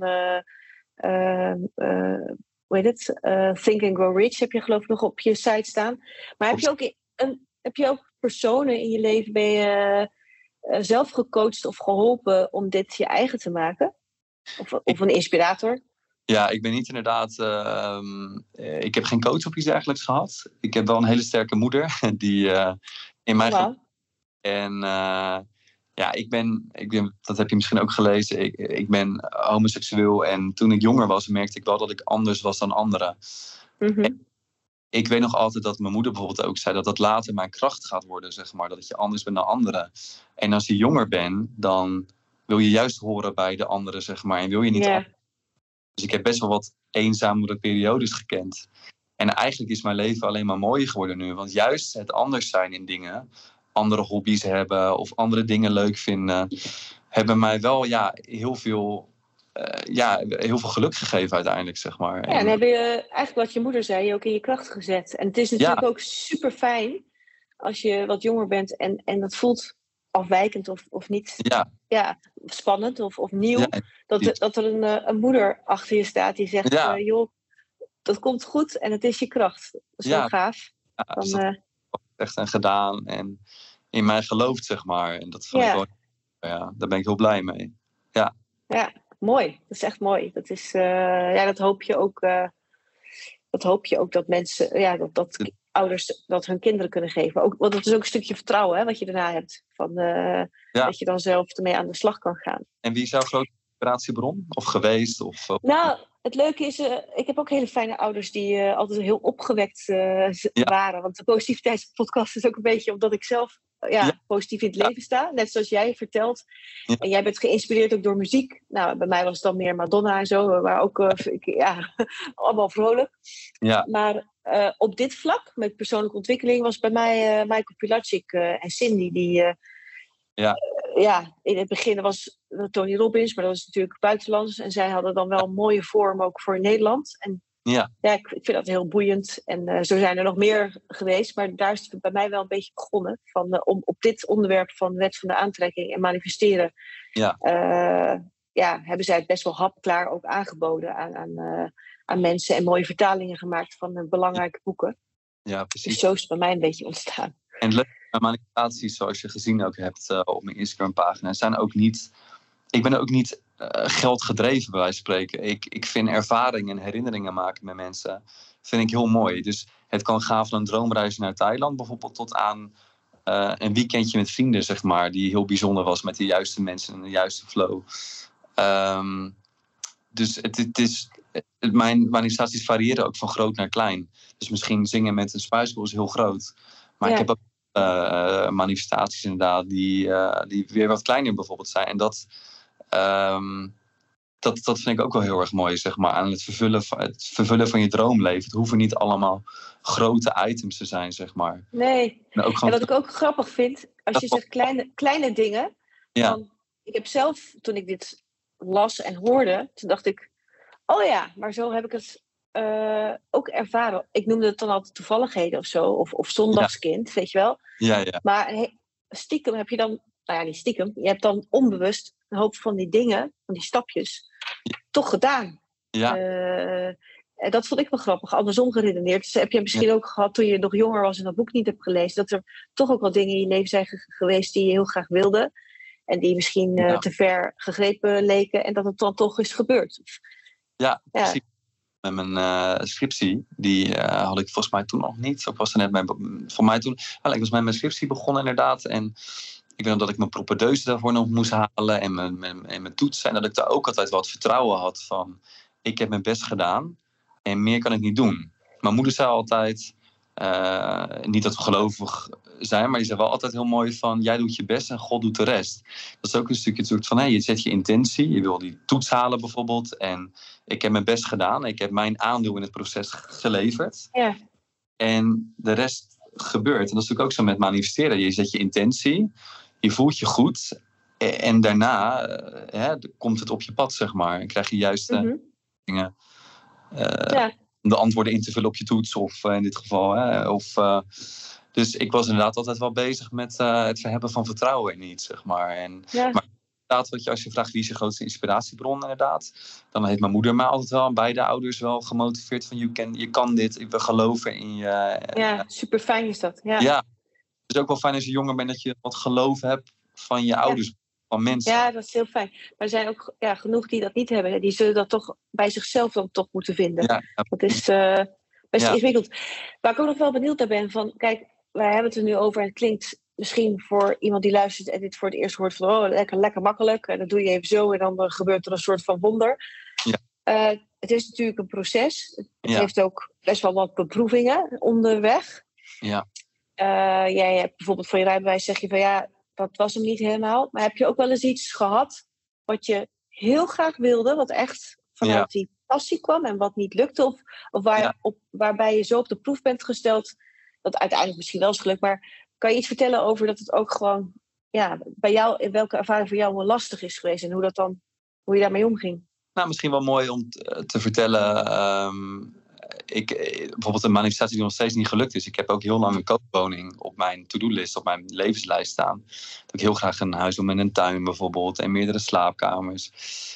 Think and Grow Rich heb je geloof ik nog op je site staan. Maar heb je ook personen in je leven, ben je zelf gecoacht of geholpen om dit je eigen te maken? Of een inspirator? Ja, ik ben niet inderdaad... ik heb geen coach of iets dergelijks gehad. Ik heb wel een hele sterke moeder die in mij... En Ja, dat heb je misschien ook gelezen. Ik ben homoseksueel en toen ik jonger was, merkte ik wel dat ik anders was dan anderen. Mm-hmm. Ik weet nog altijd dat mijn moeder bijvoorbeeld ook zei dat dat later mijn kracht gaat worden, zeg maar. Dat je anders bent dan anderen. En als je jonger bent, dan wil je juist horen bij de anderen, zeg maar. En wil je niet Dus ik heb best wel wat eenzamere periodes gekend. En eigenlijk is mijn leven alleen maar mooier geworden nu. Want juist het anders zijn in dingen, andere hobby's hebben of andere dingen leuk vinden, hebben mij wel heel veel geluk gegeven uiteindelijk, zeg maar. Ja, en heb je eigenlijk wat je moeder zei ook in je kracht gezet. En het is natuurlijk ook super fijn als je wat jonger bent en dat voelt afwijkend of niet spannend of nieuw. Ja, dat er een moeder achter je staat die zegt, joh, dat komt goed en het is je kracht. Dat is wel gaaf. Ja, dan, dat echt en gedaan en in mij gelooft, zeg maar. En dat vond ik wel, daar ben ik heel blij mee. Ja. Ja, mooi. Dat is echt mooi. Dat is, dat hoop je ook. Dat hoop je ook dat mensen, dat ouders dat hun kinderen kunnen geven. Ook, want het is ook een stukje vertrouwen, hè, wat je daarna hebt. Dat je dan zelf ermee aan de slag kan gaan. En wie is jouw grote inspiratiebron? Of geweest? Nou, het leuke is, ik heb ook hele fijne ouders die altijd heel opgewekt waren. Want de positiviteitspodcast is ook een beetje omdat ik zelf positief in het leven sta. Net zoals jij vertelt. Ja. En jij bent geïnspireerd ook door muziek. Nou, bij mij was het dan meer Madonna en zo. We waren ook allemaal vrolijk. Ja. Maar op dit vlak, met persoonlijke ontwikkeling, was bij mij Michael Pilatschik en Cindy die... in het begin was Tony Robbins, maar dat was natuurlijk buitenlands. En zij hadden dan wel een mooie vorm ook voor Nederland. En ik vind dat heel boeiend. En zo zijn er nog meer geweest. Maar daar is het bij mij wel een beetje begonnen. Om op dit onderwerp van wet van de aantrekking en manifesteren. Hebben zij het best wel hapklaar ook aangeboden aan mensen. En mooie vertalingen gemaakt van belangrijke boeken. Ja, precies. Dus zo is het bij mij een beetje ontstaan. En manifestaties, zoals je gezien ook hebt op mijn Instagram-pagina, zijn ook niet... Ik ben ook niet geldgedreven, bij wijze van spreken. Ik vind ervaringen en herinneringen maken met mensen vind ik heel mooi. Dus het kan gaan van een droomreis naar Thailand bijvoorbeeld tot aan een weekendje met vrienden, zeg maar, die heel bijzonder was met de juiste mensen en de juiste flow. Dus mijn manifestaties variëren ook van groot naar klein. Dus misschien zingen met een spuisboel is heel groot. Maar ik heb ook manifestaties inderdaad die weer wat kleiner bijvoorbeeld zijn. En dat vind ik ook wel heel erg mooi, zeg maar, aan het vervullen van je droomleven. Het hoeven niet allemaal grote items te zijn, zeg maar. Nee, en wat ik ook grappig vind, als je zegt kleine dingen. Dan, ik heb zelf, toen ik dit las en hoorde, toen dacht ik, oh ja, maar zo heb ik het ook ervaren. Ik noemde het dan altijd toevalligheden of zo, of zondagskind, weet je wel. Ja. Maar stiekem heb je dan, niet stiekem, je hebt dan onbewust een hoop van die dingen, van die stapjes, toch gedaan. Ja. En dat vond ik wel grappig, andersom geredeneerd. Dus heb je misschien ook gehad toen je nog jonger was en dat boek niet hebt gelezen, dat er toch ook wel dingen in je leven zijn geweest die je heel graag wilde. En die misschien te ver gegrepen leken en dat het dan toch is gebeurd. Ja, precies. Met mijn scriptie, die had ik volgens mij toen nog niet. Ik was er net voor mij toen. Ik was met mijn scriptie begonnen inderdaad. En ik weet nog dat ik mijn propedeuse daarvoor nog moest halen. En mijn toetsen. En dat ik daar ook altijd wat vertrouwen had van, ik heb mijn best gedaan. En meer kan ik niet doen. Mijn moeder zei altijd, niet dat we gelovig zijn, maar die zei wel altijd heel mooi van, jij doet je best en God doet de rest. Dat is ook een stukje natuurlijk van, je zet je intentie, je wil die toets halen bijvoorbeeld, en ik heb mijn best gedaan, ik heb mijn aandeel in het proces geleverd. Ja. En de rest gebeurt. En dat is natuurlijk ook zo met manifesteren. Je zet je intentie, je voelt je goed, en daarna komt het op je pad, zeg maar. En krijg je juist dingen, de antwoorden in te vullen op je toets, of in dit geval, dus ik was inderdaad altijd wel bezig met het verhebben van vertrouwen in iets, zeg maar. Maar inderdaad, als je vraagt wie is je grootste inspiratiebron, inderdaad, dan heeft mijn moeder mij altijd wel, en beide ouders wel gemotiveerd van, je kan dit, we geloven in je. Super fijn is dat. Ja, het is ook wel fijn als je jonger bent dat je wat geloof hebt van je ouders, van mensen. Ja, dat is heel fijn. Maar er zijn ook genoeg die dat niet hebben. Die zullen dat toch bij zichzelf dan toch moeten vinden. Ja. Dat is best ingewikkeld. Waar ik ook nog wel benieuwd naar ben van, kijk, wij hebben het er nu over en het klinkt misschien voor iemand die luistert en dit voor het eerst hoort van lekker makkelijk. En dat doe je even zo en dan gebeurt er een soort van wonder. Ja. Het is natuurlijk een proces. Het Ja. heeft ook best wel wat beproevingen onderweg. Ja. Jij hebt bijvoorbeeld voor je rijbewijs zeg je van ja, dat was hem niet helemaal. Maar heb je ook wel eens iets gehad wat je heel graag wilde, wat echt vanuit die passie kwam en wat niet lukte? Of waarbij je zo op de proef bent gesteld, dat uiteindelijk misschien wel is gelukt. Maar kan je iets vertellen over dat het ook gewoon bij jou, in welke ervaring voor jou wel lastig is geweest en hoe je daarmee omging? Nou, misschien wel mooi om te vertellen. Bijvoorbeeld een manifestatie die nog steeds niet gelukt is. Ik heb ook heel lang een koopwoning op mijn to-do-list, op mijn levenslijst staan. Dat ik heel graag een huis wil met een tuin bijvoorbeeld en meerdere slaapkamers.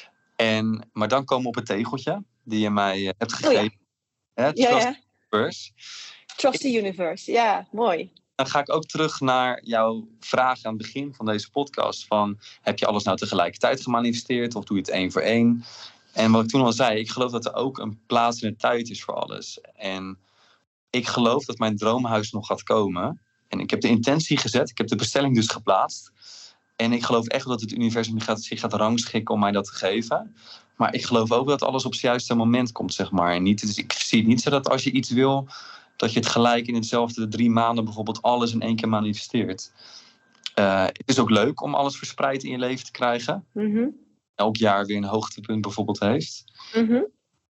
Maar dan komen we op het tegeltje die je mij hebt gegeven. Ja. Universe. Trust the universe, ja, mooi. Dan ga ik ook terug naar jouw vraag aan het begin van deze podcast. Van, heb je alles nou tegelijkertijd gemanifesteerd of doe je het 1 voor 1? En wat ik toen al zei, ik geloof dat er ook een plaats en een tijd is voor alles. En ik geloof dat mijn droomhuis nog gaat komen. En ik heb de intentie gezet, ik heb de bestelling dus geplaatst. En ik geloof echt dat het universum zich gaat rangschikken om mij dat te geven. Maar ik geloof ook dat alles op het juiste moment komt, zeg maar. En dus ik zie het niet zo dat als je iets wil, dat je het gelijk in hetzelfde 3 maanden bijvoorbeeld alles in 1 keer manifesteert. Het is ook leuk om alles verspreid in je leven te krijgen. Mm-hmm. Elk jaar weer een hoogtepunt bijvoorbeeld heeft. Mm-hmm.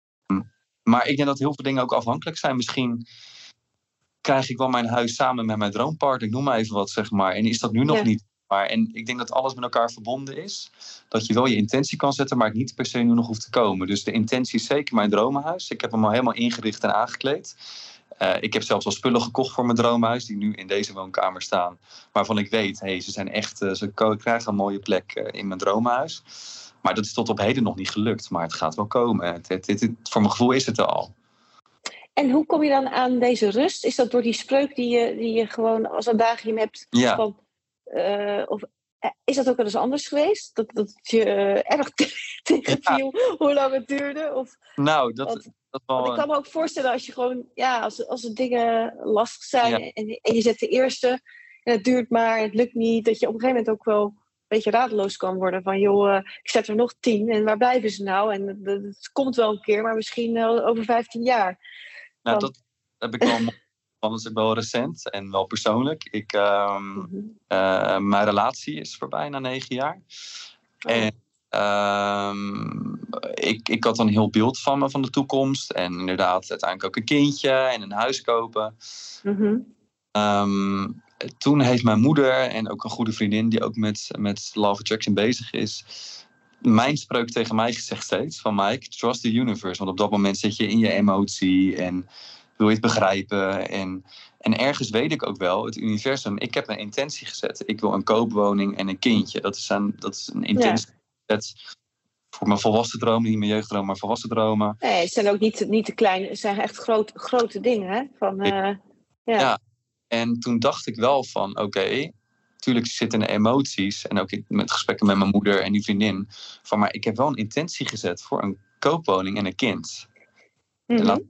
Maar ik denk dat heel veel dingen ook afhankelijk zijn. Misschien krijg ik wel mijn huis samen met mijn droompartner. Ik noem maar even wat, zeg maar. En is dat nu nog niet? En ik denk dat alles met elkaar verbonden is. Dat je wel je intentie kan zetten, maar het niet per se nu nog hoeft te komen. Dus de intentie is zeker mijn droomhuis. Ik heb hem al helemaal ingericht en aangekleed. Ik heb zelfs al spullen gekocht voor mijn droomhuis, die nu in deze woonkamer staan. Waarvan ik weet, ze zijn echt, ze krijgen een mooie plek in mijn droomhuis. Maar dat is tot op heden nog niet gelukt. Maar het gaat wel komen. Voor mijn gevoel is het er al. En hoe kom je dan aan deze rust? Is dat door die spreuk die je gewoon als adagium hebt? Ja. Of is dat ook wel eens anders geweest? Dat je erg tegenviel hoe lang het duurde? Of, nou, dat wel... Want ik kan me ook voorstellen als je gewoon... als er dingen lastig zijn en je zet de eerste... en het duurt maar, het lukt niet... dat je op een gegeven moment ook wel een beetje radeloos kan worden. Van ik zet er nog 10 en waar blijven ze nou? En het komt wel een keer, maar misschien over 15 jaar. Nou, dat heb ik wel... Dat is ook wel recent en wel persoonlijk. Mijn relatie is voorbij na 9 jaar. En ik had dan een heel beeld van de toekomst. En inderdaad uiteindelijk ook een kindje en een huis kopen. Mm-hmm. Toen heeft mijn moeder en ook een goede vriendin die ook met Law of Attraction bezig is, mijn spreuk tegen mij gezegd steeds van Mike, trust the universe. Want op dat moment zit je in je emotie en wil je het begrijpen. En ergens weet ik ook wel, het universum, ik heb een intentie gezet. Ik wil een koopwoning en een kindje. Dat is een intentie gezet voor mijn volwassen dromen, niet mijn jeugddromen, maar volwassen dromen. Nee, het zijn ook niet te klein, het zijn echt grote dingen. Hè? Ja, en toen dacht ik wel van, oké, tuurlijk zitten er emoties. En ook met gesprekken met mijn moeder en die vriendin. Van, maar ik heb wel een intentie gezet voor een koopwoning en een kind. Mm-hmm.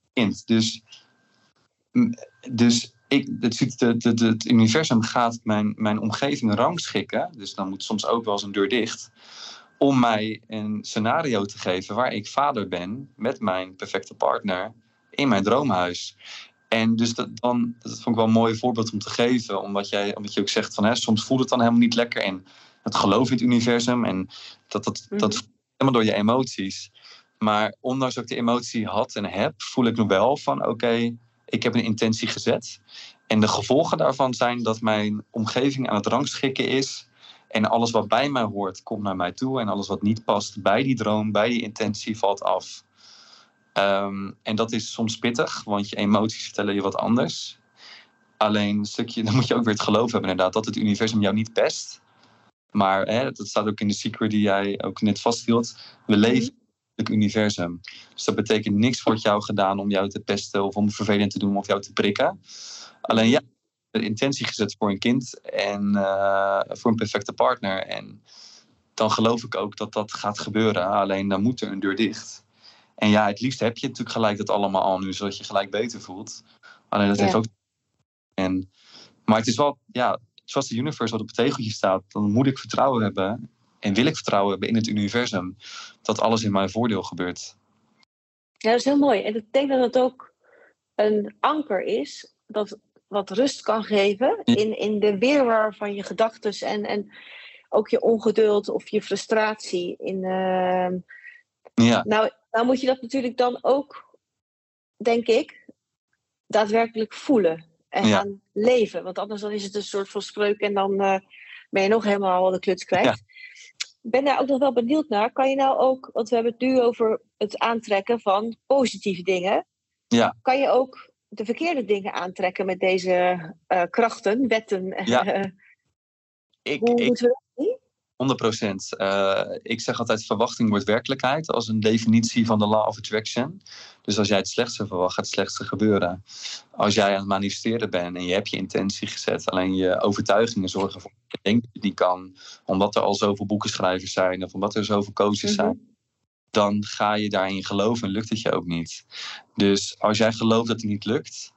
Dus het universum gaat mijn omgeving rangschikken. Dus dan moet soms ook wel eens een deur dicht. Om mij een scenario te geven waar ik vader ben met mijn perfecte partner in mijn droomhuis. En dus dat vond ik wel een mooi voorbeeld om te geven. Omdat je ook zegt van soms voelt het dan helemaal niet lekker. En het geloof in het universum. En dat helemaal door je emoties. Maar ondanks dat ik de emotie had en heb, voel ik nu wel van oké, ik heb een intentie gezet. En de gevolgen daarvan zijn dat mijn omgeving aan het rangschikken is. En alles wat bij mij hoort, komt naar mij toe. En alles wat niet past bij die droom, bij die intentie, valt af. En dat is soms pittig, want je emoties vertellen je wat anders. Alleen een stukje, dan moet je ook weer het geloof hebben inderdaad, dat het universum jou niet pest. Maar dat staat ook in de secret die jij ook net vasthield. We leven het universum. Dus dat betekent niks wordt jou gedaan om jou te pesten of om vervelend te doen of jou te prikken. Alleen de intentie gezet voor een kind en voor een perfecte partner. En dan geloof ik ook dat dat gaat gebeuren. Alleen dan moet er een deur dicht. En het liefst heb je natuurlijk gelijk dat allemaal al nu, zodat je gelijk beter voelt. Alleen dat heeft ook... Maar het is wel, zoals de universe wat op het tegeltje staat, dan moet ik vertrouwen hebben en wil ik vertrouwen hebben in het universum dat alles in mijn voordeel gebeurt. Ja, dat is heel mooi. En ik denk dat het ook een anker is dat wat rust kan geven in de weerwar van je gedachten en ook je ongeduld of je frustratie. Nou moet je dat natuurlijk dan ook, denk ik, daadwerkelijk voelen en gaan leven. Want anders dan is het een soort van spreuk en dan ben je nog helemaal de kluts kwijt. Ja. Ik ben daar ook nog wel benieuwd naar. Kan je nou ook, want we hebben het nu over het aantrekken van positieve dingen. Ja. Kan je ook de verkeerde dingen aantrekken met deze krachten, wetten? Ja. Hoe moeten we dat zien? 100%. Ik zeg altijd, verwachting wordt werkelijkheid als een definitie van de law of attraction. Dus als jij het slechtste verwacht, gaat het slechtste gebeuren. Als jij aan het manifesteren bent en je hebt je intentie gezet, alleen je overtuigingen zorgen ervoor dat je denkt dat je het niet kan, omdat er al zoveel boekenschrijvers zijn of omdat er zoveel coaches zijn, dan ga je daarin geloven en lukt het je ook niet. Dus als jij gelooft dat het niet lukt,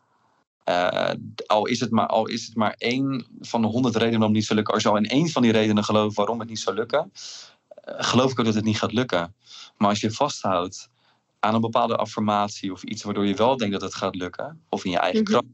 al is het maar 1 van de 100 redenen waarom het niet zou lukken. Als je al in 1 van die redenen gelooft waarom het niet zou lukken, geloof ik ook dat het niet gaat lukken. Maar als je vasthoudt aan een bepaalde affirmatie of iets waardoor je wel denkt dat het gaat lukken, of in je eigen kracht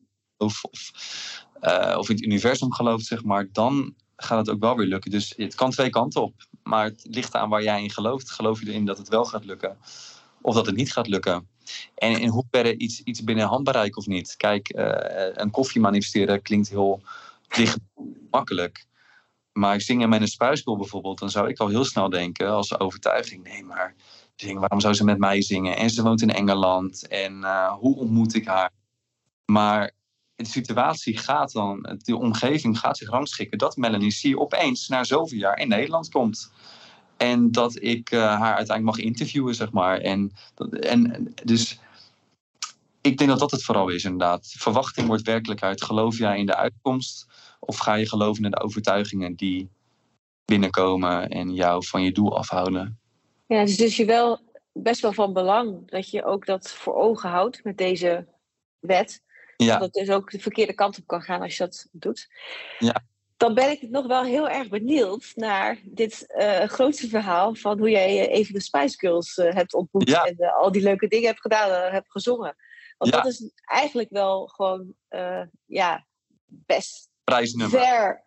of in het universum gelooft, zeg maar, dan gaat het ook wel weer lukken. Dus het kan 2 kanten op. Maar het ligt aan waar jij in gelooft. Geloof je erin dat het wel gaat lukken of dat het niet gaat lukken? En in hoeverre iets binnen handbereik of niet. Kijk, een koffie manifesteren klinkt heel licht makkelijk. Maar ik zing in mijn spuisbol bijvoorbeeld, dan zou ik al heel snel denken als overtuiging, nee, maar waarom zou ze met mij zingen? En ze woont in Engeland. En hoe ontmoet ik haar? Maar de situatie gaat dan, de omgeving gaat zich rangschikken dat Melanie C. opeens na zoveel jaar in Nederland komt. En dat ik haar uiteindelijk mag interviewen, zeg maar. En dus ik denk dat dat het vooral is, inderdaad. Verwachting wordt werkelijkheid. Geloof jij in de uitkomst? Of ga je geloven in de overtuigingen die binnenkomen en jou van je doel afhouden? Ja, het is dus je wel best wel van belang dat je ook dat voor ogen houdt met deze wet. Ja. Dat het dus ook de verkeerde kant op kan gaan als je dat doet. Ja. Dan ben ik nog wel heel erg benieuwd naar dit grootste verhaal van hoe jij even de Spice Girls hebt ontmoet. Ja. En al die leuke dingen hebt gedaan, hebt gezongen. Want dat is eigenlijk wel gewoon best prijsnummer.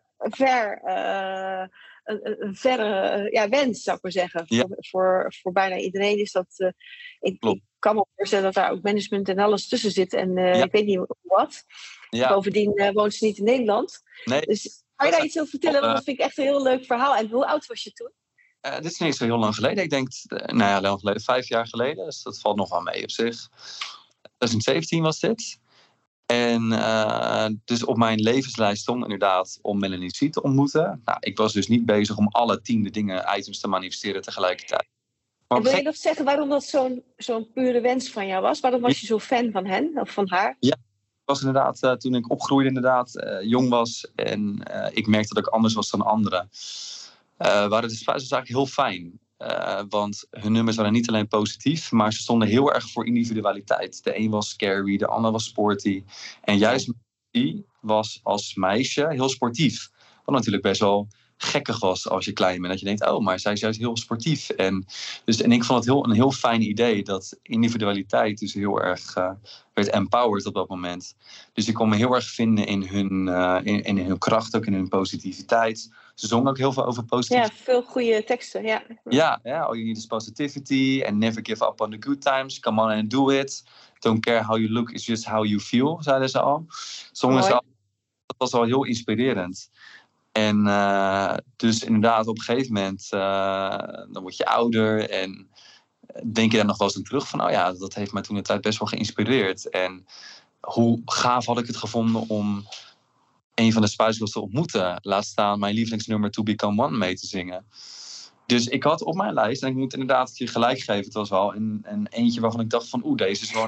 Een verre wens, zou ik maar zeggen. Ja. Voor bijna iedereen is dat... Ik kan me voorstellen dat daar ook management en alles tussen zit. En ik weet niet wat. Ja. Bovendien woont ze niet in Nederland. Nee. Dus kan je daar iets over vertellen? Want dat vind ik echt een heel leuk verhaal. En hoe oud was je toen? Dit is niet zo heel lang geleden. Ik denk, lang geleden, 5 jaar geleden. Dus dat valt nog wel mee op zich. 2017 was dit. En dus op mijn levenslijst stond inderdaad om Melanie C. te ontmoeten. Nou, ik was dus niet bezig om alle 10 items te manifesteren tegelijkertijd. Maar en wil je nog zeggen waarom dat zo'n pure wens van jou was? Waarom was je zo fan van hen of van haar? Ja, ik was inderdaad, toen ik opgroeide jong was. En ik merkte dat ik anders was dan anderen. Waren de Spice eigenlijk heel fijn. Want hun nummers waren niet alleen positief, maar ze stonden heel erg voor individualiteit. De een was scary, de ander was sporty. En juist die was als meisje heel sportief. Wat natuurlijk best wel gekkig was als je klein bent. Dat je denkt, oh, maar zij is juist heel sportief. En ik vond het een heel fijn idee dat individualiteit dus heel erg werd empowered op dat moment. Dus ik kon me heel erg vinden in hun kracht, ook in hun positiviteit. Ze zongen ook heel veel over positiviteit. Ja, veel goede teksten, ja. Ja, all you need is positivity and never give up on the good times. Come on and do it. Don't care how you look, it's just how you feel, zeiden ze al. Zongen ze al. Dat was al heel inspirerend. En dus inderdaad, op een gegeven moment, dan word je ouder en denk je daar nog wel eens aan terug van, dat heeft mij toen de tijd best wel geïnspireerd. En hoe gaaf had ik het gevonden om een van de Spice Girls te ontmoeten. Laat staan mijn lievelingsnummer To Become One mee te zingen. Dus ik had op mijn lijst, en ik moet inderdaad je gelijk geven, het was wel een eentje waarvan ik dacht van, deze is gewoon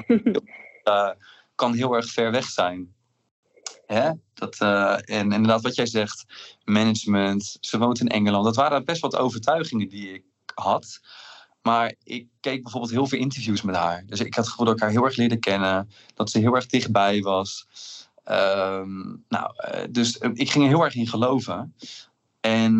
kan heel erg ver weg zijn. Hè? En inderdaad wat jij zegt, management, ze woont in Engeland. Dat waren best wat overtuigingen die ik had. Maar ik keek bijvoorbeeld heel veel interviews met haar. Dus ik had het gevoel dat ik haar heel erg leerde kennen. Dat ze heel erg dichtbij was. Dus ik ging er heel erg in geloven. En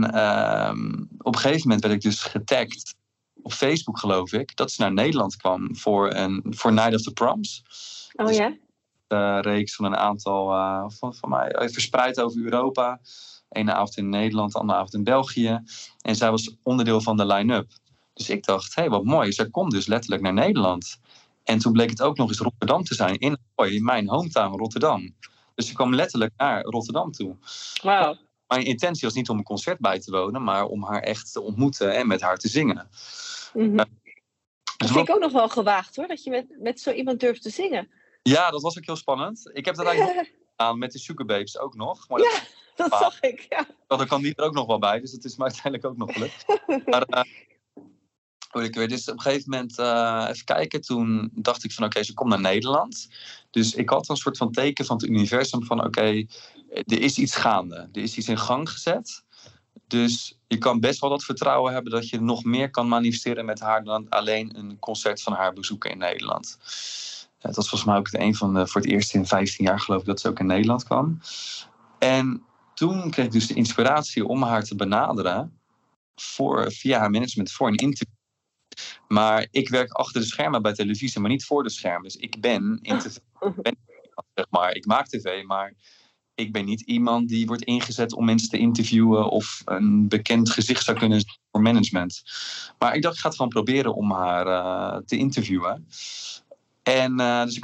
op een gegeven moment werd ik dus getagd op Facebook, geloof ik, dat ze naar Nederland kwam voor Night of the Proms. Oh dus ja? Een reeks van een aantal van mij verspreid over Europa. Ene avond in Nederland, de andere avond in België. En zij was onderdeel van de line-up. Dus ik dacht, wat mooi. Zij komt dus letterlijk naar Nederland. En toen bleek het ook nog eens Rotterdam te zijn. In mijn hometown Rotterdam. Dus ze kwam letterlijk naar Rotterdam toe. Wauw. Mijn intentie was niet om een concert bij te wonen, maar om haar echt te ontmoeten en met haar te zingen. Mm-hmm. Dat vind ik ook nog wel gewaagd hoor, dat je met zo iemand durft te zingen. Ja, dat was ook heel spannend. Ik heb dat eigenlijk gedaan met de Sugar Babes ook nog. Maar dat zag ik, ja. Dan kan die er ook nog wel bij, dus het is me uiteindelijk ook nog gelukt. Maar ik weet dus op een gegeven moment even kijken. Toen dacht ik van oké, ze komt naar Nederland. Dus ik had een soort van teken van het universum van oké, er is iets gaande. Er is iets in gang gezet. Dus je kan best wel dat vertrouwen hebben dat je nog meer kan manifesteren met haar dan alleen een concert van haar bezoeken in Nederland. Dat was volgens mij ook voor het eerst in 15 jaar geloof ik dat ze ook in Nederland kwam. En toen kreeg ik dus de inspiratie om haar te benaderen via haar management voor een interview. Maar ik werk achter de schermen bij televisie, maar niet voor de schermen. Dus ik ben in tv, zeg maar. Ik maak tv, maar ik ben niet iemand die wordt ingezet om mensen te interviewen of een bekend gezicht zou kunnen zijn voor management. Maar ik dacht, ik ga het gewoon proberen om haar te interviewen. En dus ik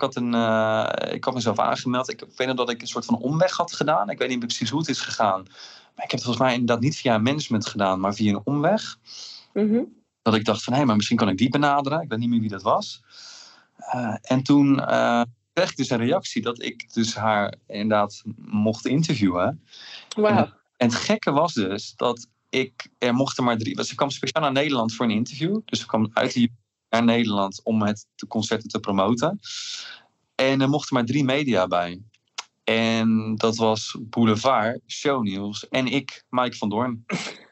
had mezelf aangemeld. Ik weet nog dat ik een soort van omweg had gedaan. Ik weet niet precies hoe het is gegaan. Maar ik heb het volgens mij inderdaad niet via management gedaan, maar via een omweg. Mm-hmm. Dat ik dacht van, maar misschien kan ik die benaderen. Ik weet niet meer wie dat was. En toen kreeg ik dus een reactie dat ik dus haar inderdaad mocht interviewen. Wow. En het gekke was dus dat er mochten maar 3... Ze kwam speciaal naar Nederland voor een interview. Dus ze kwam uit de naar Nederland om de concerten te promoten. En er mochten maar 3 media bij. En dat was Boulevard, Shownieuws en ik, Mike van Doorn.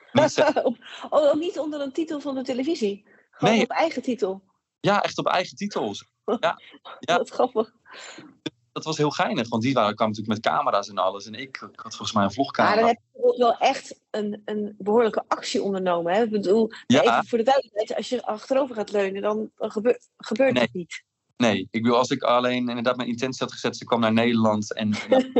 Niet onder een titel van de televisie? Gewoon op eigen titel? Ja, echt op eigen titels. Ja. Wat grappig. Dat was heel geinig, want die kwamen natuurlijk met camera's en alles. En ik had volgens mij een vlogcamera. Maar dan heb je wel echt een behoorlijke actie ondernomen. Hè? Ik bedoel, even voor de duidelijkheid, als je achterover gaat leunen, dan gebeurt het niet. Nee, ik bedoel, als ik alleen inderdaad mijn intentie had gezet, ze kwam naar Nederland en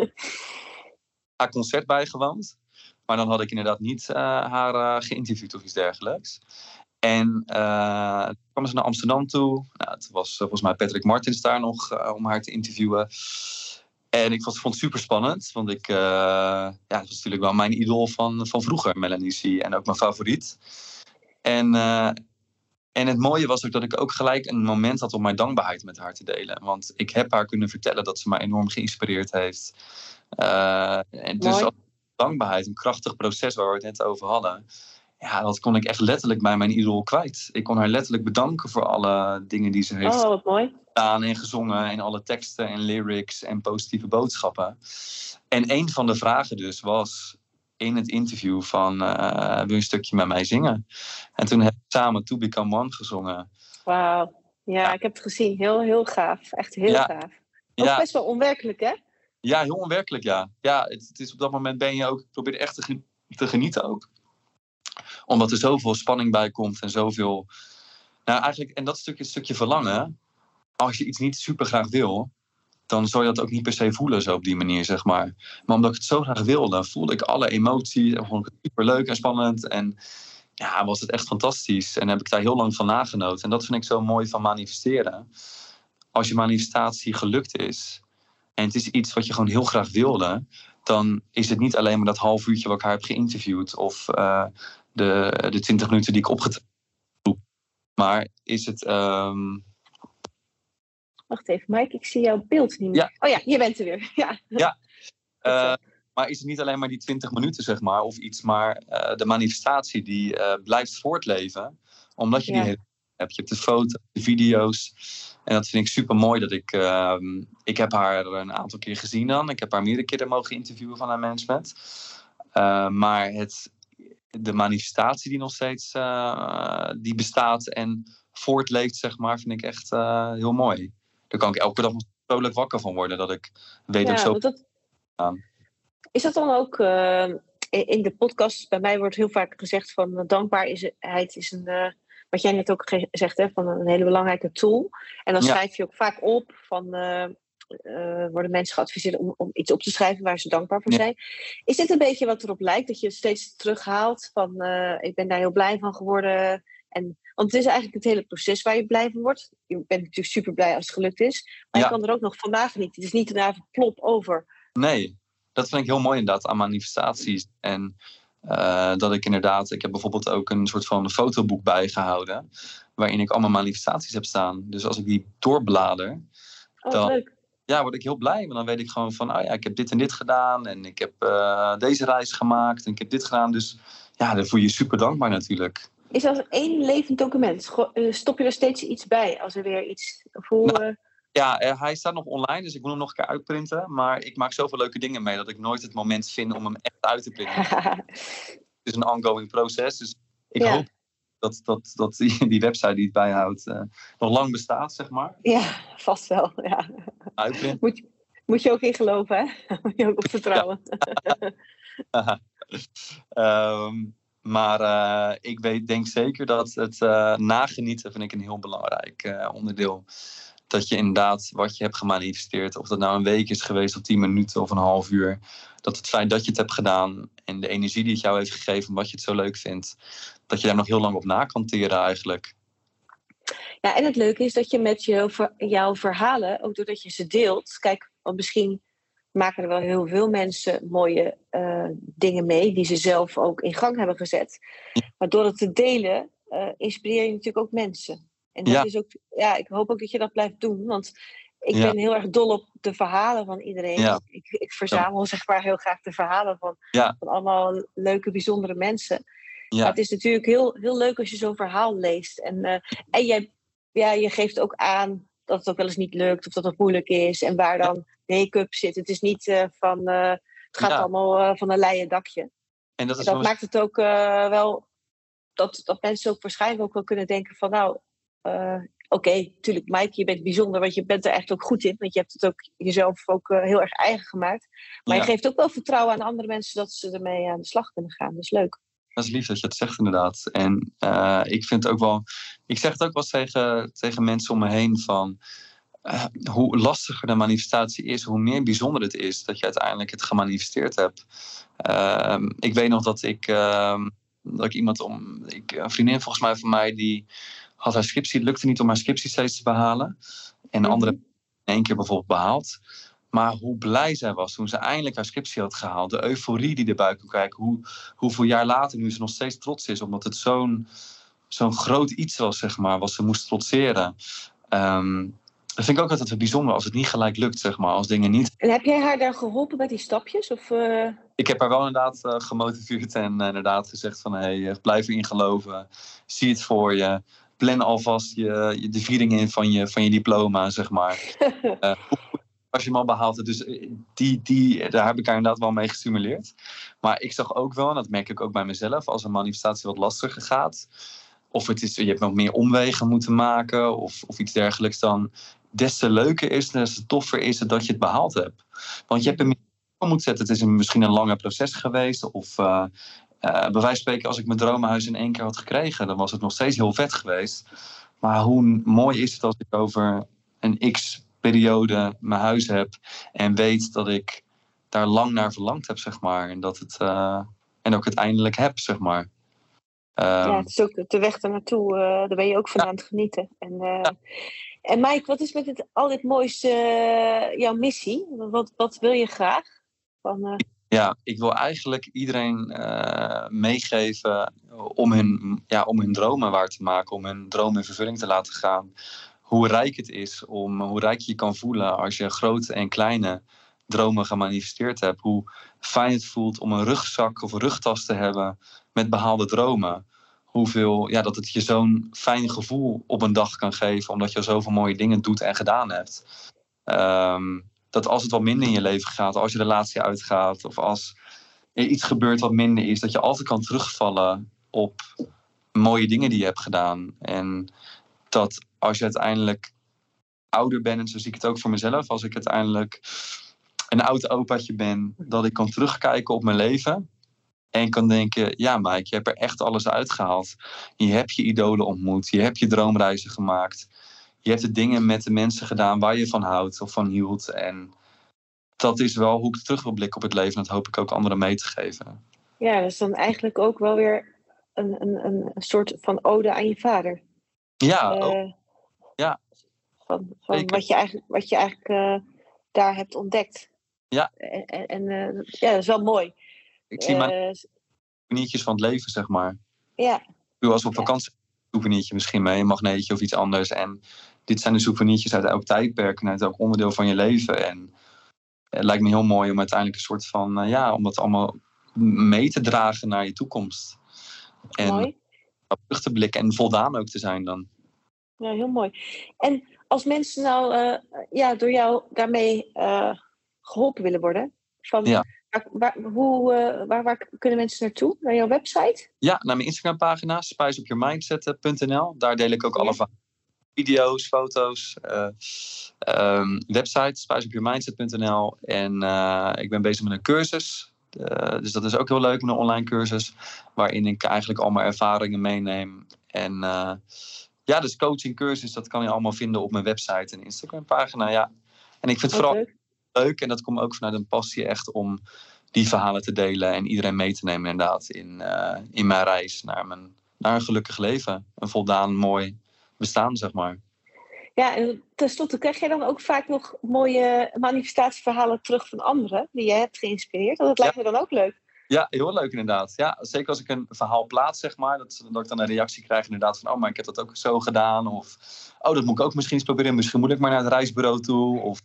haar concert bijgewoond. Maar dan had ik inderdaad niet haar geïnterviewd of iets dergelijks. En toen kwam ze naar Amsterdam toe. Nou, het was volgens mij Patrick Martins daar nog om haar te interviewen. En ik vond het super spannend. Want dat was natuurlijk wel mijn idool van vroeger, Melanie C. En ook mijn favoriet. En het mooie was ook dat ik ook gelijk een moment had om mijn dankbaarheid met haar te delen. Want ik heb haar kunnen vertellen dat ze mij enorm geïnspireerd heeft. En dus dankbaarheid, een krachtig proces waar we het net over hadden. Ja, dat kon ik echt letterlijk bij mijn idool kwijt. Ik kon haar letterlijk bedanken voor alle dingen die ze heeft gedaan en gezongen. En alle teksten en lyrics en positieve boodschappen. En een van de vragen dus was in het interview van wil je een stukje met mij zingen? En toen hebben we samen To Become One gezongen. Wauw. Ja, ik heb het gezien. Heel, heel gaaf. Echt heel gaaf. Ook best wel onwerkelijk, hè? Ja, heel onwerkelijk, ja. Ja, het is op dat moment probeer je echt te genieten ook. Omdat er zoveel spanning bij komt en zoveel... Nou, eigenlijk, en dat stukje verlangen, als je iets niet super graag wil, dan zou je dat ook niet per se voelen zo op die manier, zeg maar. Maar omdat ik het zo graag wilde, voelde ik alle emoties en vond ik het super leuk en spannend. En ja, was het echt fantastisch. En heb ik daar heel lang van nagenoten. En dat vind ik zo mooi van manifesteren. Als je manifestatie gelukt is en het is iets wat je gewoon heel graag wilde, dan is het niet alleen maar dat half uurtje wat ik haar heb geïnterviewd of de 20 minuten die ik opgetreden heb. Maar is het... Wacht even, Mike, ik zie jouw beeld niet meer. Ja. Oh ja, je bent er weer. Ja. Maar is het niet alleen maar die 20 minuten, zeg maar, of iets, maar de manifestatie die blijft voortleven, omdat je die hebt. Je hebt de foto's, de video's. En dat vind ik super mooi dat ik heb haar een aantal keer gezien dan. Ik heb haar meerdere keren mogen interviewen van haar management. Maar de manifestatie die nog steeds die bestaat en voortleeft, zeg maar, vind ik echt heel mooi. Daar kan ik elke dag vrolijk wakker van worden. Dat ik weet dat ik zo gedaan. Is dat dan ook in de podcast? Bij mij wordt heel vaak gezegd van dankbaarheid is een, wat jij net ook gezegd hebt, van een hele belangrijke tool. En dan schrijf je ook vaak op van worden mensen geadviseerd om iets op te schrijven waar ze dankbaar voor zijn. Is dit een beetje wat erop lijkt? Dat je steeds terughaalt van ik ben daar heel blij van geworden. Want het is eigenlijk het hele proces waar je blij van wordt. Je bent natuurlijk super blij als het gelukt is. Maar je kan er ook nog vandaag niet. Het is niet daarna plop over. Nee, dat vind ik heel mooi inderdaad aan manifestaties. En dat ik heb bijvoorbeeld ook een soort van fotoboek bijgehouden. Waarin ik allemaal manifestaties heb staan. Dus als ik die doorblader. Leuk. Ja, word ik heel blij. Want dan weet ik gewoon van, ik heb dit en dit gedaan. En ik heb deze reis gemaakt. En ik heb dit gedaan. Dus ja, dan voel je je super dankbaar natuurlijk. Is dat 1 levend document? Stop je er steeds iets bij als er weer iets... Ja, hij staat nog online, dus ik moet hem nog een keer uitprinten. Maar ik maak zoveel leuke dingen mee dat ik nooit het moment vind om hem echt uit te printen. Het is een ongoing proces, dus ik hoop dat die website die het bijhoudt nog lang bestaat, zeg maar. Ja, vast wel. Ja. Uitprinten. Moet je ook in geloven, hè? Moet je ook op vertrouwen. Maar ik denk zeker dat het nagenieten vind ik een heel belangrijk onderdeel. Dat je inderdaad wat je hebt gemanifesteerd, of dat nou een week is geweest of 10 minuten of een half uur, dat het feit dat je het hebt gedaan en de energie die het jou heeft gegeven, omdat je het zo leuk vindt, dat je daar nog heel lang op na kan teren eigenlijk. Ja, en het leuke is dat je met jouw verhalen, ook doordat je ze deelt, kijk, want misschien maken er wel heel veel mensen mooie dingen mee die ze zelf ook in gang hebben gezet. Maar door het te delen inspireer je natuurlijk ook mensen. En dat is ook, ik hoop ook dat je dat blijft doen. Want ik ben heel erg dol op de verhalen van iedereen. Ja. Ik verzamel zeg maar heel graag de verhalen van allemaal leuke, bijzondere mensen. Ja. Maar het is natuurlijk heel, heel leuk als je zo'n verhaal leest. En je geeft ook aan dat het ook wel eens niet lukt of dat het moeilijk is. En waar dan de hiccup zit. Het is niet het gaat allemaal van een leien dakje. En dat maakt het ook wel dat mensen ook waarschijnlijk ook wel kunnen denken van oké, tuurlijk Mike, je bent bijzonder, want je bent er echt ook goed in. Want je hebt het ook jezelf ook heel erg eigen gemaakt. Maar je geeft ook wel vertrouwen aan andere mensen dat ze ermee aan de slag kunnen gaan. Dat is leuk. Dat is lief dat je het zegt inderdaad. En ik vind het ook wel... Ik zeg het ook wel tegen mensen om me heen van... hoe lastiger de manifestatie is, hoe meer bijzonder het is dat je uiteindelijk het gemanifesteerd hebt. Ik weet nog dat ik iemand een vriendin volgens mij van mij, die had haar scriptie, het lukte niet om haar scriptie steeds te behalen. En de andere in 1 keer bijvoorbeeld behaald. Maar hoe blij zij was toen ze eindelijk haar scriptie had gehaald. De euforie die erbij kon kijken. Hoeveel jaar later nu ze nog steeds trots is. Omdat het zo'n groot iets was, zeg maar. Wat ze moest trotseren. Dat vind ik ook altijd bijzonder als het niet gelijk lukt, zeg maar. Als dingen niet... En heb jij haar daar geholpen bij die stapjes? Of, Ik heb haar wel inderdaad gemotiveerd. En inderdaad gezegd van... blijf erin geloven. Zie het voor je. Plan alvast de viering in van je diploma, zeg maar. Als je hem al behaalt hebt. Dus daar heb ik haar inderdaad wel mee gestimuleerd. Maar ik zag ook wel, en dat merk ik ook bij mezelf... als een manifestatie wat lastiger gaat... of je hebt nog meer omwegen moeten maken... of iets dergelijks, dan des te leuker is... des te toffer is het dat je het behaald hebt. Want je hebt er meer op moeten zetten. Het is misschien een langer proces geweest... of bij wijze van spreken, als ik mijn dromenhuis in 1 keer had gekregen... dan was het nog steeds heel vet geweest. Maar hoe mooi is het als ik over een x-periode mijn huis heb... en weet dat ik daar lang naar verlangd heb, zeg maar. En dat en ook het eindelijk heb, zeg maar. Het is ook de weg ernaartoe. Daar ben je ook van aan het genieten. En Mike, wat is met al dit moois jouw missie? Wat wil je graag? Ja, ik wil eigenlijk iedereen meegeven om hun dromen waar te maken. Om hun droom in vervulling te laten gaan. Hoe rijk het is, hoe rijk je je kan voelen als je grote en kleine dromen gemanifesteerd hebt. Hoe fijn het voelt om een rugzak of een rugtas te hebben met behaalde dromen. Dat het je zo'n fijn gevoel op een dag kan geven, omdat je zoveel mooie dingen doet en gedaan hebt. Dat als het wat minder in je leven gaat, als je relatie uitgaat... of als er iets gebeurt wat minder is... dat je altijd kan terugvallen op mooie dingen die je hebt gedaan. En dat als je uiteindelijk ouder bent... en zo zie ik het ook voor mezelf... als ik uiteindelijk een oud opaatje ben, dat ik kan terugkijken op mijn leven en kan denken, ja Mike, je hebt er echt alles uitgehaald. Je hebt je idolen ontmoet, je hebt je droomreizen gemaakt. Je hebt de dingen met de mensen gedaan waar je van houdt of van hield. En dat is wel hoe ik terug wil blikken op het leven. En dat hoop ik ook anderen mee te geven. Ja, dat is dan eigenlijk ook wel weer een soort van ode aan je vader. Ja, ja. Van wat je eigenlijk daar hebt ontdekt. Ja. En ja, dat is wel mooi. Ik zie mijn souvenirtjes van het leven, zeg maar. Ja. Ik doe als op vakantie een souvenirtje misschien mee, een magneetje of iets anders. En dit zijn de souvenirtjes uit elk tijdperk en uit elk onderdeel van je leven. En het lijkt me heel mooi om uiteindelijk een soort van, om dat allemaal mee te dragen naar je toekomst. En mooi. Terug te blikken en voldaan ook te zijn dan. Ja, heel mooi. En als mensen nou door jou daarmee geholpen willen worden, waar kunnen mensen naartoe? Naar jouw website? Ja, naar mijn Instagram-pagina, spiceupyourmindset.nl. Daar deel ik ook alle video's, foto's, website, spiceupyourmindset.nl. En ik ben bezig met een cursus. Dus dat is ook heel leuk, met een online cursus. Waarin ik eigenlijk al mijn ervaringen meeneem. En dus coaching cursus, dat kan je allemaal vinden op mijn website en Instagram-pagina. Ja. En ik vind het vooral leuk. En dat komt ook vanuit een passie echt om die verhalen te delen. En iedereen mee te nemen inderdaad in mijn reis naar een gelukkig leven. Een voldaan, mooi bestaan, zeg maar. Ja, en tenslotte krijg jij dan ook vaak nog mooie manifestatieverhalen terug van anderen die je hebt geïnspireerd? Want dat lijkt me dan ook leuk. Ja, heel leuk inderdaad. Ja, zeker als ik een verhaal plaats, zeg maar. Dat ik dan een reactie krijg inderdaad van, maar ik heb dat ook zo gedaan. Of, dat moet ik ook misschien eens proberen. Misschien moet ik maar naar het reisbureau toe. Of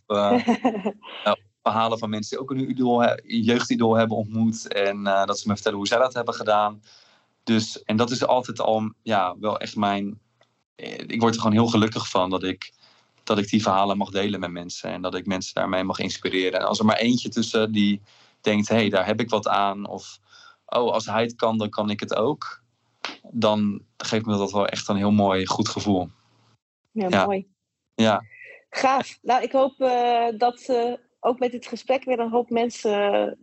verhalen van mensen die ook een jeugdidool hebben ontmoet. En dat ze me vertellen hoe zij dat hebben gedaan. Dus, en dat is altijd al, wel echt ik word er gewoon heel gelukkig van dat ik die verhalen mag delen met mensen. En dat ik mensen daarmee mag inspireren. En als er maar eentje tussen die denkt, daar heb ik wat aan. Of, als hij het kan, dan kan ik het ook. Dan geeft me dat wel echt een heel mooi, goed gevoel. Ja, mooi. Ja. Gaaf. Nou, ik hoop dat ook met dit gesprek weer een hoop mensen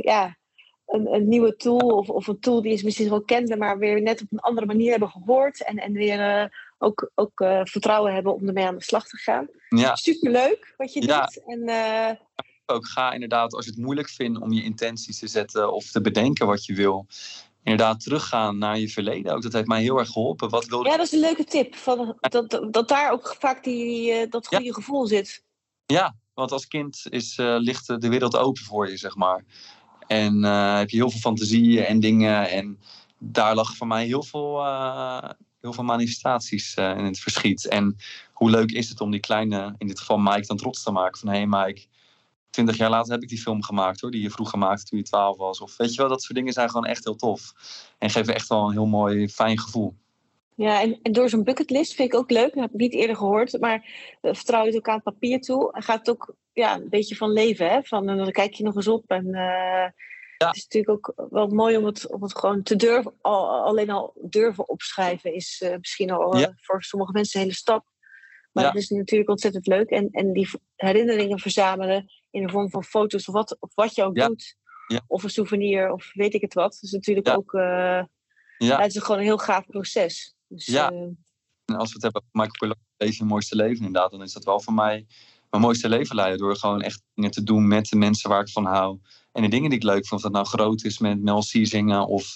een nieuwe tool of een tool die ze misschien wel kenden, maar weer net op een andere manier hebben gehoord. En weer ook vertrouwen hebben om ermee aan de slag te gaan. Ja. Superleuk wat je doet. En ook ga inderdaad, als je het moeilijk vindt om je intenties te zetten of te bedenken wat je wil, inderdaad teruggaan naar je verleden ook. Dat heeft mij heel erg geholpen. Ja, dat is een leuke tip. Dat daar ook vaak dat goede gevoel zit. Ja, want als kind ligt de wereld open voor je, zeg maar. En heb je heel veel fantasieën en dingen. En daar lag voor mij heel veel manifestaties in het verschiet. En hoe leuk is het om die kleine, in dit geval Mike, dan trots te maken. Van, Mike, 20 jaar later heb ik die film gemaakt, hoor. Die je vroeger maakte toen je 12 was. Of weet je wel, dat soort dingen zijn gewoon echt heel tof. En geven echt wel een heel mooi, fijn gevoel. Ja, en door zo'n bucketlist vind ik ook leuk. Dat heb ik niet eerder gehoord. Maar vertrouw je het ook aan het papier toe. En gaat het ook een beetje van leven. Hè? Dan kijk je nog eens op. En het is natuurlijk ook wel mooi om het gewoon te durven. Alleen al durven opschrijven is misschien al voor sommige mensen een hele stap. Maar dat is natuurlijk ontzettend leuk. En die herinneringen verzamelen in de vorm van foto's of wat je ook doet. Ja. Of een souvenir of weet ik het wat. Dat is natuurlijk ook het is gewoon een heel gaaf proces. Dus, en als we het hebben over Michael Corleone, Leef je mooiste leven inderdaad, dan is dat wel voor mij mijn mooiste leven leiden. Door gewoon echt dingen te doen met de mensen waar ik van hou. En de dingen die ik leuk vind. Of dat nou groot is met Mel C zingen of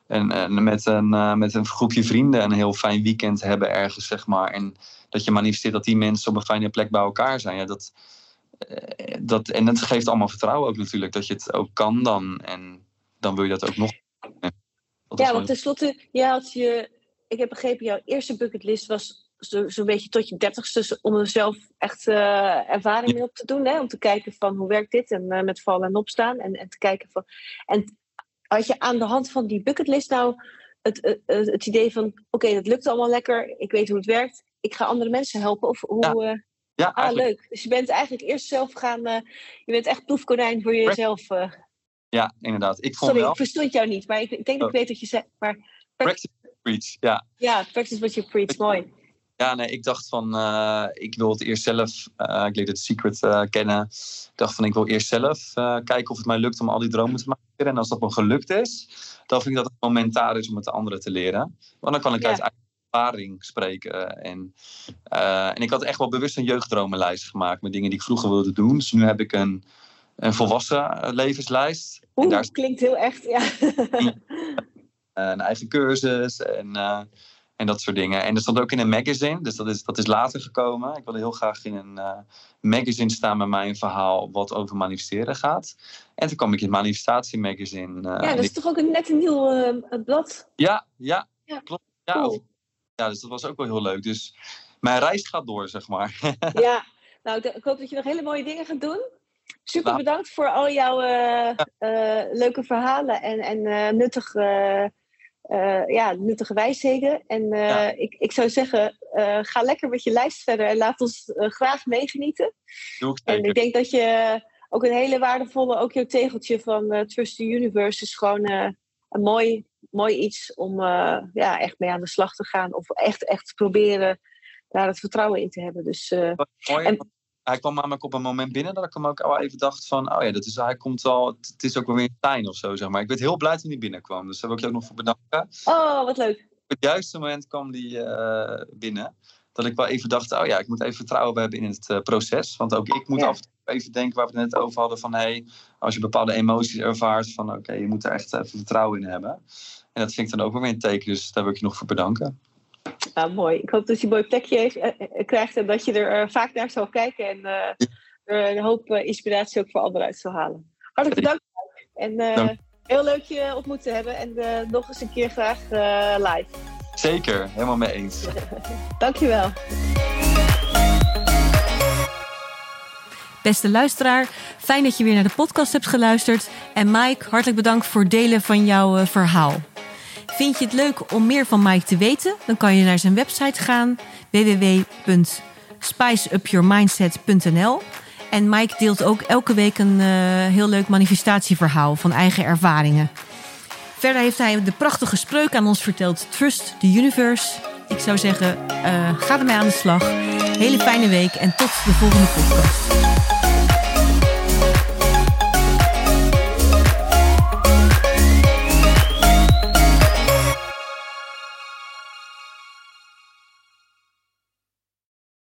met een groepje vrienden een heel fijn weekend hebben ergens, zeg maar. En dat je manifesteert dat die mensen op een fijne plek bij elkaar zijn. Ja, en dat geeft allemaal vertrouwen ook natuurlijk. Dat je het ook kan dan. En dan wil je dat ook nog. Want tenslotte, ik heb begrepen, jouw eerste bucketlist was zo'n beetje tot je 30ste om er zelf echt ervaring mee op te doen. Hè? Om te kijken van hoe werkt dit en met vallen en opstaan. En te kijken van. En had je aan de hand van die bucketlist nou het idee van oké, dat lukt allemaal lekker. Ik weet hoe het werkt. Ik ga andere mensen helpen. Of hoe... leuk. Dus je bent eigenlijk eerst zelf gaan. Je bent echt proefkonijn voor jezelf. Ja, inderdaad. Ik verstond jou niet, maar ik denk dat ik weet wat je zegt. Maar practice what you preach, ja. Ja, practice what you preach, mooi. Ja, nee, ik dacht van, ik wil het eerst zelf, ik leerde het Secret kennen. Ik dacht van, ik wil eerst zelf kijken of het mij lukt om al die dromen te maken. En als dat me gelukt is, dan vind ik dat het moment daar is om het de anderen te leren. Want dan kan ik uit eigen ervaring spreken. En ik had echt wel bewust een jeugddromenlijst gemaakt met dingen die ik vroeger wilde doen. Dus nu heb ik een volwassen levenslijst. En daar klinkt heel echt, ja. Een eigen cursus en dat soort dingen. En dat stond ook in een magazine, dus dat is later gekomen. Ik wilde heel graag in een magazine staan met mijn verhaal wat over manifesteren gaat. En toen kwam ik in het manifestatiemagazine. Dat is toch ook net een nieuw blad? Ja, klopt. Ja, cool. Dus dat was ook wel heel leuk. Dus mijn reis gaat door, zeg maar. Ja, nou, ik hoop dat je nog hele mooie dingen gaat doen. Super bedankt voor al jouw leuke verhalen en nuttige wijsheden. En ik zou zeggen, ga lekker met je lijst verder en laat ons graag meegenieten. En ik denk dat je ook een hele waardevolle, ook jouw tegeltje van Trust the Universe is gewoon een mooi iets om echt mee aan de slag te gaan. Of echt proberen daar het vertrouwen in te hebben. Dus, hij kwam namelijk op een moment binnen dat ik hem ook al even dacht van... hij komt al, het is ook wel weer fijn of zo, zeg maar. Ik werd heel blij toen hij binnenkwam. Dus daar wil ik je ook nog voor bedanken. Oh, wat leuk. Op het juiste moment kwam hij binnen. Dat ik wel even dacht, ik moet even vertrouwen hebben in het proces. Want ook ik moet af en toe even denken waar we het net over hadden. Van als je bepaalde emoties ervaart, van je moet er echt even vertrouwen in hebben. En dat vind ik dan ook wel weer een teken. Dus daar wil ik je nog voor bedanken. Nou, mooi. Ik hoop dat je een mooi plekje krijgt en dat je er vaak naar zal kijken en er een hoop inspiratie ook voor anderen uit zal halen. Hartelijk bedankt. En heel leuk je ontmoet te hebben en nog eens een keer graag live. Zeker, helemaal mee eens. Dankjewel. Beste luisteraar, fijn dat je weer naar de podcast hebt geluisterd. En Mike, hartelijk bedankt voor het delen van jouw verhaal. Vind je het leuk om meer van Mike te weten? Dan kan je naar zijn website gaan, www.spiceupyourmindset.nl. En Mike deelt ook elke week een heel leuk manifestatieverhaal van eigen ervaringen. Verder heeft hij de prachtige spreuk aan ons verteld, Trust the Universe. Ik zou zeggen, ga ermee aan de slag. Hele fijne week en tot de volgende podcast.